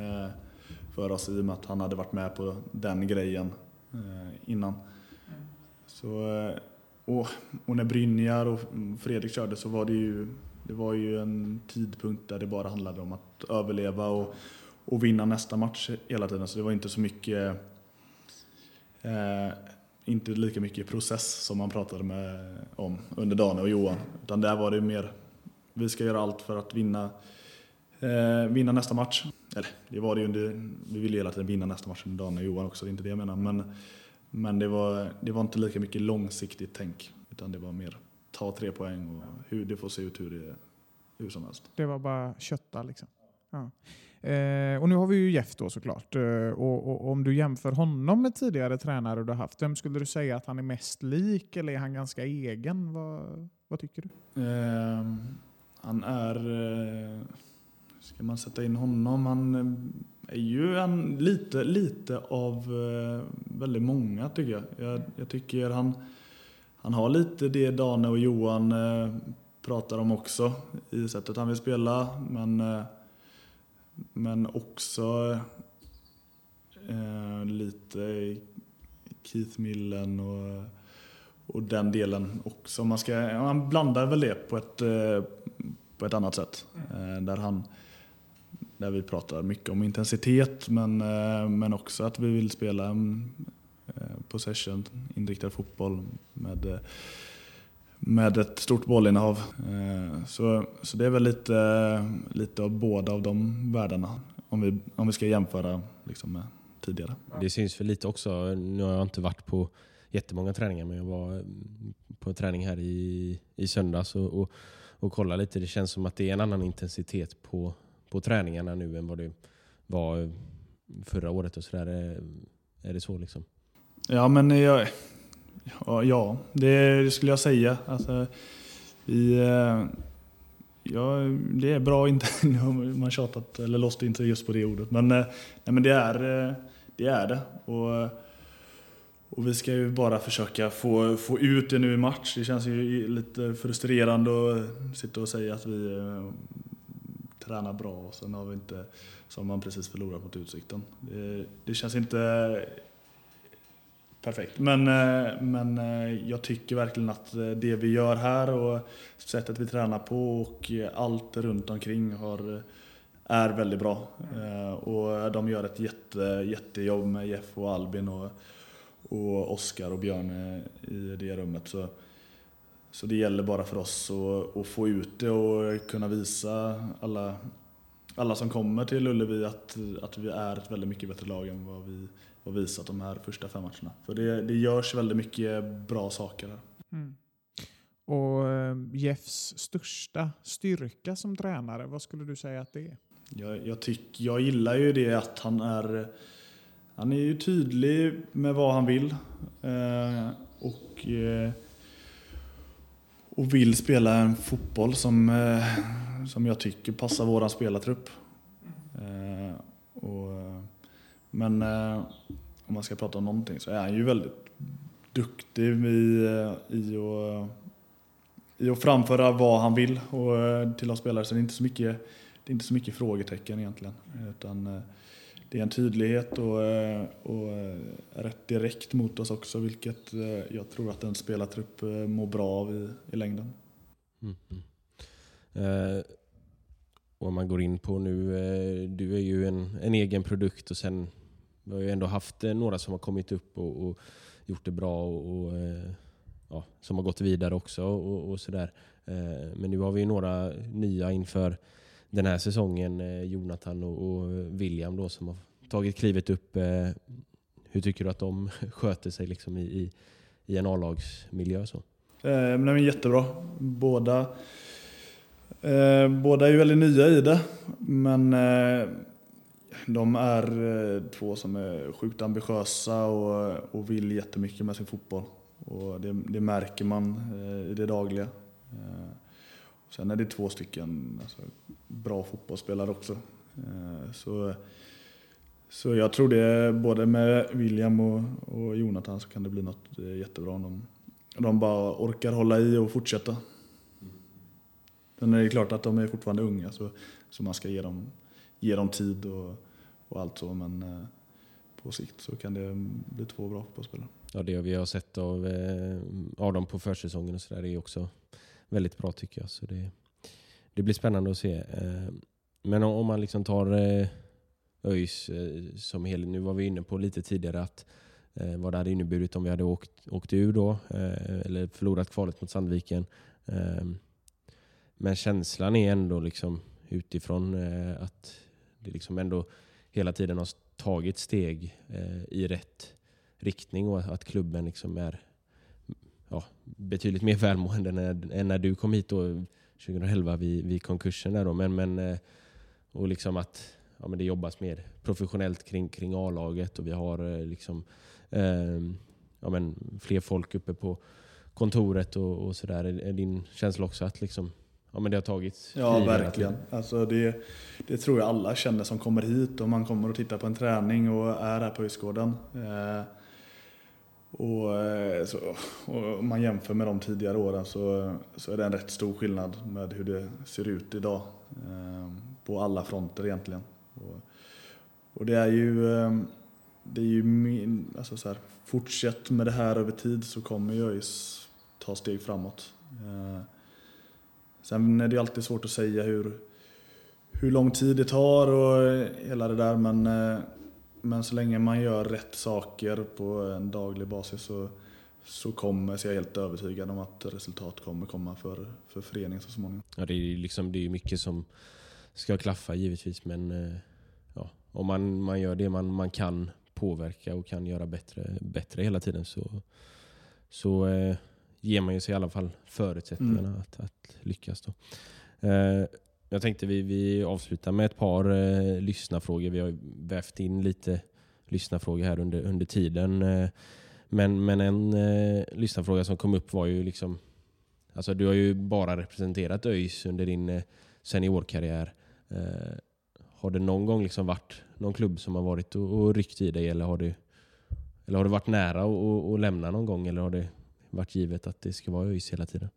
för oss i och med att han hade varit med på den grejen innan. Så, och när Brynjar och Fredrik körde så var det var ju en tidpunkt där det bara handlade om att överleva och vinna nästa match hela tiden. Så det var inte så mycket, inte lika mycket process som man pratade om under Dane och Johan. Utan där var det mer, vi ska göra allt för att vinna nästa match. Eller det var det ju vi ville hela tiden vinna nästa match under Dane och Johan också, det är inte det jag menar. Men det var inte lika mycket långsiktigt tänk. Utan det var mer ta 3 poäng och hur det får se ut hur som helst. Det var bara kötta liksom. Ja. Och nu har vi ju Jeff då såklart. Och om du jämför honom med tidigare tränare du har haft, vem skulle du säga att han är mest lik eller är han ganska egen? Vad tycker du? Han är, ska man sätta in honom, han är ju lite av väldigt många tycker jag. Jag tycker han har lite det Dane och Johan pratar om också i sättet han vill spela, men också lite Keith Millen och den delen också. Man blandar väl det på ett annat sätt. Där vi pratar mycket om intensitet men också att vi vill spela possession, inriktad fotboll med ett stort bollinnehav. Så det är väl lite av båda av de världarna om vi ska jämföra liksom med tidigare. Det syns väl lite också. Nu har jag inte varit på jättemånga träningar, men jag var på en träning här i söndags och kolla lite. Det känns som att det är en annan intensitet på träningarna nu än vad det var förra året och så där. Är det så liksom? Ja, men det skulle jag säga. Alltså, det är bra, inte man tjatat eller låst inte just på det ordet, men det är det. Och vi ska ju bara försöka få ut det nu i match. Det känns ju lite frustrerande att sitta och säga att vi tränar bra och sen har vi inte, som man precis förlorat mot Utsikten. Det känns inte perfekt. Men jag tycker verkligen att det vi gör här och sättet vi tränar på och allt runt omkring är väldigt bra. Och de gör ett jättejobb med Jeff och Albin och Oskar och Björn i det rummet. Så det gäller bara för oss att få ut det och kunna visa alla som kommer till Ullevi att vi är ett väldigt mycket bättre lag än vad vi har visat de här första 5 matcherna. För det görs väldigt mycket bra saker här. Mm. Och Jeffs största styrka som tränare, vad skulle du säga att det är? Jag gillar ju det att han är ju tydlig med vad han vill och vill spela en fotboll som jag tycker passar våran spelartrupp. Men om man ska prata om någonting så är han ju väldigt duktig i att framföra vad han vill och till oss spelare, så det är inte så mycket frågetecken egentligen, utan det är en tydlighet och rätt direkt mot oss också, vilket jag tror att en spelartrupp mår bra av i längden. Och om man går in på nu, du är ju en egen produkt och sen vi har ju ändå haft några som har kommit upp och gjort det bra och som har gått vidare också och sådär. Men nu har vi ju några nya inför den här säsongen, Jonathan och William då, som har tagit klivet upp. Hur tycker du att de sköter sig liksom i en A-lagsmiljö så? Men jättebra. Båda är ju väldigt nya i det, men de är 2 som är sjukt ambitiösa och vill jättemycket med sin fotboll. Och det märker man i det dagliga. Sen är det 2 stycken bra fotbollsspelare också. Så jag tror det, både med William och Jonathan, så kan det bli något jättebra om de bara orkar hålla i och fortsätta. Sen är det klart att de är fortfarande unga, så man ska ge dem tid och allt så, men på sikt så kan det bli 2 bra fotbollsspelare. Ja, det vi har sett av dem på försäsongen och så där är också väldigt bra tycker jag. Så det blir spännande att se. Men om man liksom tar ÖIS som helhet, nu var vi inne på lite tidigare att vad det hade inneburit om vi hade åkt ur då eller förlorat kvalet mot Sandviken. Men känslan är ändå liksom utifrån att det liksom ändå hela tiden har tagit steg i rätt riktning och att klubben liksom är betydligt mer välmående än när du kom hit då 2011 vid konkursen där då. Men och liksom att men det jobbas mer professionellt kring A-laget och vi har liksom fler folk uppe på kontoret och sådär. Är din känsla också att liksom men det har tagits? Ja, verkligen. Alltså det tror jag alla känner som kommer hit, och man kommer och tittar på en träning och är här på Öjsgården. Och man jämför med de tidigare åren så är det en rätt stor skillnad med hur det ser ut idag på alla fronter egentligen. Och det är ju alltså så här, fortsätt med det här över tid så kommer jag ta steg framåt. Sen är det alltid svårt att säga hur lång tid det tar och hela det där, men så länge man gör rätt saker på en daglig basis så är jag helt övertygad om att resultat kommer komma för föreningen så småningom. Ja, det är ju mycket som ska klaffa givetvis, men om man gör det man kan påverka och kan göra bättre hela tiden, så ger man ju sig i alla fall förutsättningarna att lyckas då. Jag tänkte vi avslutar med ett par lyssnarfrågor. Vi har vävt in lite lyssnarfrågor här under tiden. Men en lyssnarfråga som kom upp var ju liksom, alltså du har ju bara representerat ÖIS under din seniorkarriär. Har det någon gång liksom varit någon klubb som har varit och ryckt i dig, eller har du varit nära att lämna någon gång, eller har det varit givet att det ska vara ÖIS hela tiden?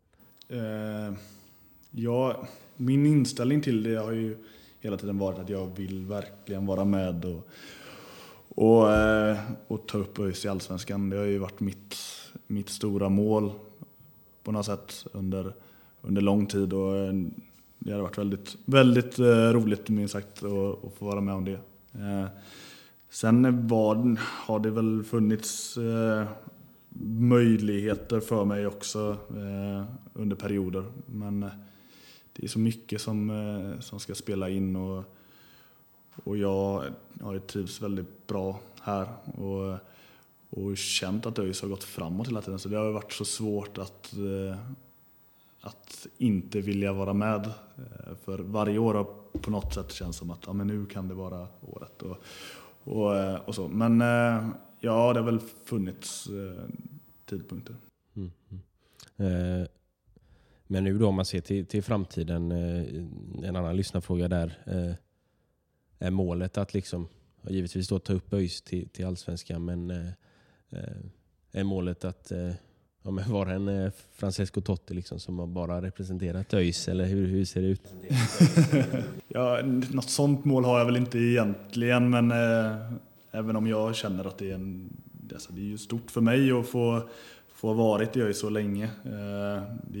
Ja, min inställning till det har ju hela tiden varit att jag vill verkligen vara med och ta upp ÖIS i Allsvenskan. Det har ju varit mitt stora mål på något sätt under lång tid, och det har varit väldigt, väldigt roligt minst sagt att få vara med om det. Sen har det väl funnits möjligheter för mig också under perioder, men det är så mycket som ska spela in, och jag har trivs väldigt bra här och känt att ÖIS har gått framåt hela tiden, så det har varit så svårt att inte vilja vara med, för varje år har på något sätt känns som att men nu kan det vara året och så, men ja, det har väl funnits tidpunkter. Men nu då, om man ser till framtiden, en annan lyssnarfråga där, är målet att liksom, givetvis då ta upp ÖIS till Allsvenskan, men är målet att vara en Francesco Totti liksom, som har bara representerat ÖIS, eller hur ser det ut? Ja, något sånt mål har jag väl inte egentligen, men även om jag känner att det är ju stort för mig att få ha varit i ÖIS så länge. Det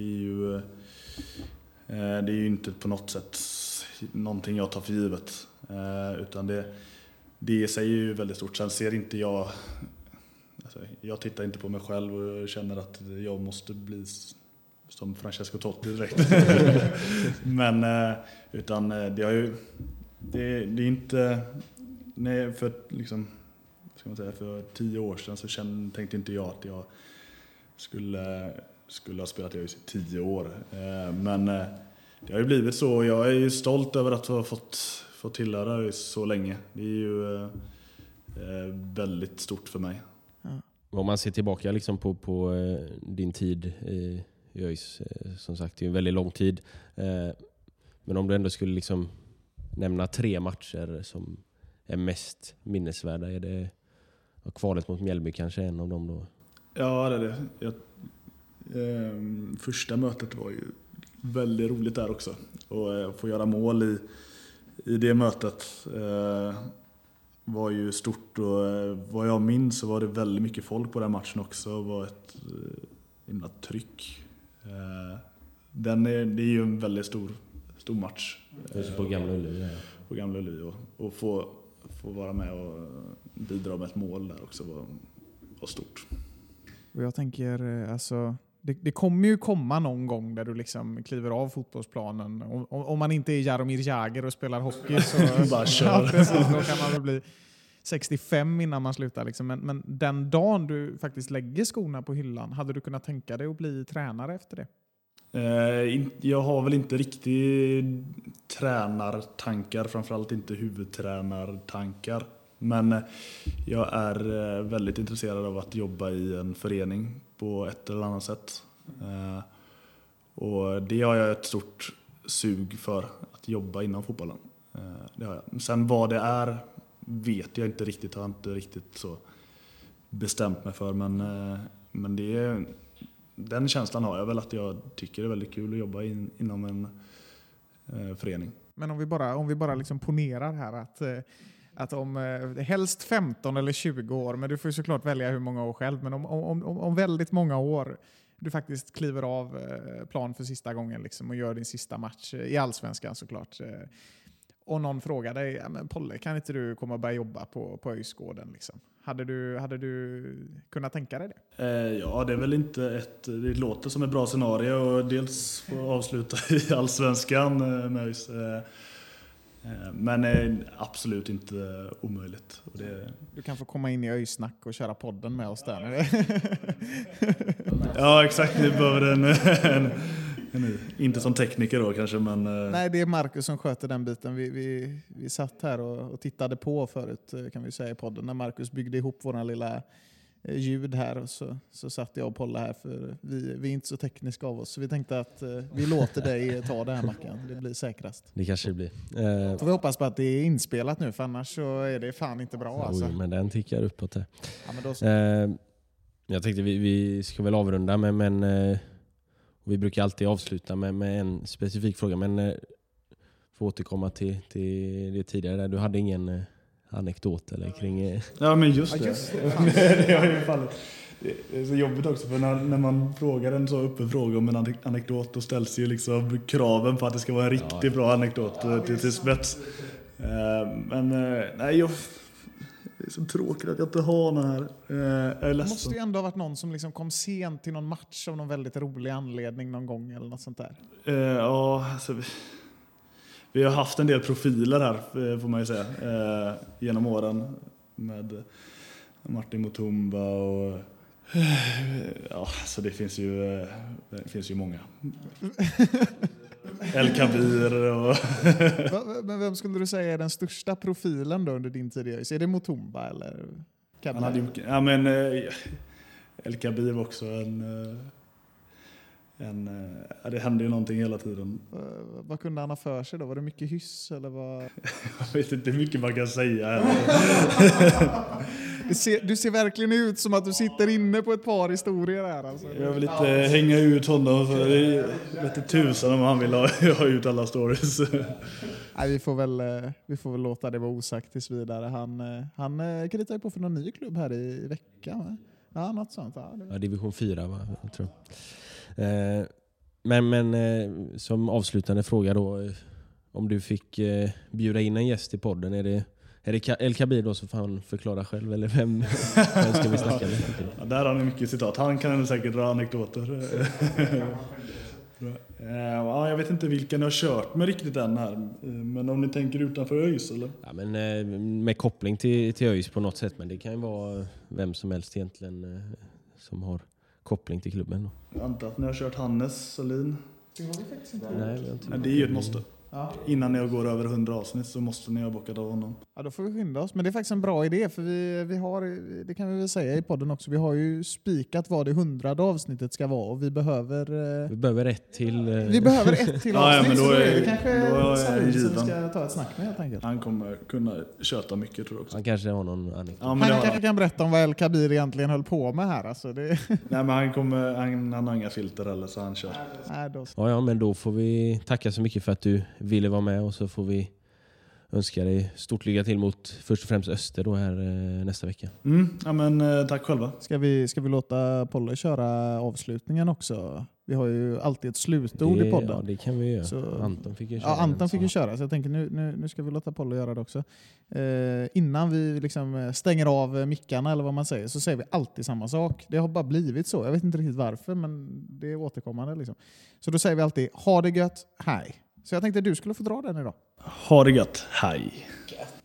är ju inte på något sätt någonting jag tar för givet, utan det säger ju väldigt stort. Sen ser inte jag tittar inte på mig själv och känner att jag måste bli som Francesco Totti direkt. Men utan det har ju det är inte, nej, för liksom, ska man säga, för 10 år sedan så tänkte inte jag att jag skulle ha spelat i 10 år. Men det har ju blivit så. Jag är ju stolt över att ha fått tillhöra så länge. Det är ju väldigt stort för mig. Om man ser tillbaka liksom på din tid i ÖIS, som sagt, det är en väldigt lång tid. Men om du ändå skulle liksom nämna 3 matcher som är mest minnesvärda, är det kvalet mot Mjällby kanske en av dem då? Ja, det är det. Första mötet var ju väldigt roligt där också. Och få göra mål i det mötet var ju stort, och vad jag minns så var det väldigt mycket folk på den matchen också. Det var ett himla tryck. Det är ju en väldigt stor match. På Gamla Ullevi. På Gamla Ullevi, och få vara med och bidra med ett mål där också var stort. Och jag tänker, alltså, det kommer ju komma någon gång där du liksom kliver av fotbollsplanen. Om man inte är Jaromir Jagr och spelar hockey så bara kör. Ja, precis, då kan man väl bli 65 innan man slutar. Liksom. Men den dagen du faktiskt lägger skorna på hyllan, hade du kunnat tänka dig att bli tränare efter det? Jag har väl inte riktigt tränartankar, framförallt inte huvudtränartankar. Men jag är väldigt intresserad av att jobba i en förening på ett eller annat sätt. Och det har jag ett stort sug för, att jobba inom fotbollen. Det har jag. Sen vad det är vet jag inte riktigt, har inte riktigt så bestämt mig för. Men det är, den känslan har jag väl, att jag tycker det är väldigt kul att jobba inom en förening. Men om vi bara liksom ponerar här att om helst 15 eller 20 år, men du får ju såklart välja hur många år själv, men om väldigt många år du faktiskt kliver av plan för sista gången liksom, och gör din sista match i Allsvenskan såklart. och någon frågar dig, ja, men Polle, kan inte du komma och börja jobba på Öjsgården liksom? Hade du kunnat tänka dig det? Ja, det är väl inte det låter som ett bra scenario och dels få avsluta i Allsvenskan med ÖIS. Men absolut inte omöjligt. Och Du kan få komma in i Öjsnack och köra podden med oss där. Ja, exakt. Vi behöver inte som tekniker då kanske, men... Nej, det är Marcus som sköter den biten. Vi satt här och tittade på förut, kan vi säga, i podden. När Marcus byggde ihop våra lilla ljud här, och så satt jag och Polla här, för vi är inte så tekniska av oss. Så vi tänkte att vi låter dig ta det här, Mackan. Det blir säkrast. Det kanske det blir. Får vi hoppas på att det är inspelat nu, för annars så är det fan inte bra. Alltså. Men den tickar uppåt här. Ja, men då så. Jag tänkte vi ska väl avrunda, men vi brukar alltid avsluta med en specifik fråga, men får återkomma till det tidigare där. Du hade ingen anekdot eller kring... Ja, men just det. Det har ju fallit. Det är så jobbigt också, för när man frågar en så öppen fråga om en anekdot, då ställs ju liksom kraven på att det ska vara en riktigt bra anekdot till spets. Men nej, det är så tråkigt att jag inte har den här. Det måste ju ändå ha varit någon som liksom kom sent till någon match av någon väldigt rolig anledning någon gång eller något sånt där. Ja, alltså, vi har haft en del profiler här, får man ju säga, genom åren med Martin Mutumba och ja, så det finns ju många. El Kabir och... Men vem skulle du säga är den största profilen då under din tid? Är det Mutumba eller Kabir? Ja, men El Kabir var också det hände ju någonting hela tiden. Vad kunde han ha för sig då? Var det mycket hyss eller vad? Jag vet inte hur mycket man kan säga. Du ser verkligen ut som att du sitter inne på ett par historier här. Alltså. Jag vill inte hänga ut honom, för det vet inte tusan om han vill ha ut alla stories. Nej, vi får väl låta det vara osagt tills vidare. Han kritar ju på för någon ny klubb här i veckan, va? Ja, något sånt. Ja, division 4, va? Jag tror. Men som avslutande fråga då, om du fick bjuda in en gäst i podden, är det El Kabir då, så får han förklara själv, eller vem ska vi snacka med? Ja, där har ni mycket citat. Han kan säkert dra anekdoter. Ja, jag vet inte vilken jag har kört med riktigt än här, men om ni tänker utanför ÖIS eller? Ja, men med koppling till ÖIS på något sätt, men det kan ju vara vem som helst egentligen som har koppling till klubben. Jag antar att ni har kört Hannes Salin. Det har vi faktiskt inte. Nej, det är ju ett måste. Ja. Innan ni går över 100 avsnitt så måste ni ha bockat av honom. Ja, då får vi skynda oss. Men det är faktiskt en bra idé, för vi har, det kan vi väl säga i podden också, vi har ju spikat vad det 100:e avsnittet ska vara, och vi behöver ett till... Vi behöver ett till avsnitt, men då är det kanske Salin som vi given. ska ta ett snack med helt enkelt. Han kommer kunna köta mycket, tror jag också. Han kanske har någon anekdot. Ja, Han kanske kan berätta om vad El Kabir egentligen höll på med här. Alltså det... Nej, men han har inga filter eller, så han kör. Nej, då... Ja, men då får vi tacka så mycket för att du ville vara med, och så får vi önska dig stort lycka till mot först och främst Öster då här nästa vecka. Ja, men tack själva. Ska vi låta Polle köra avslutningen också? Vi har ju alltid ett slutord i podden. Ja, det kan vi göra. Så, Anton fick ju köra. Ja, Anton fick ju köra. Så jag tänker nu ska vi låta Polle göra det också. Innan vi liksom stänger av mickarna eller vad man säger, så säger vi alltid samma sak. Det har bara blivit så. Jag vet inte riktigt varför, men det är återkommande. Liksom. Så då säger vi alltid, ha det gött, hej. Så jag tänkte att du skulle få dra den idag. Ha det gött, hej.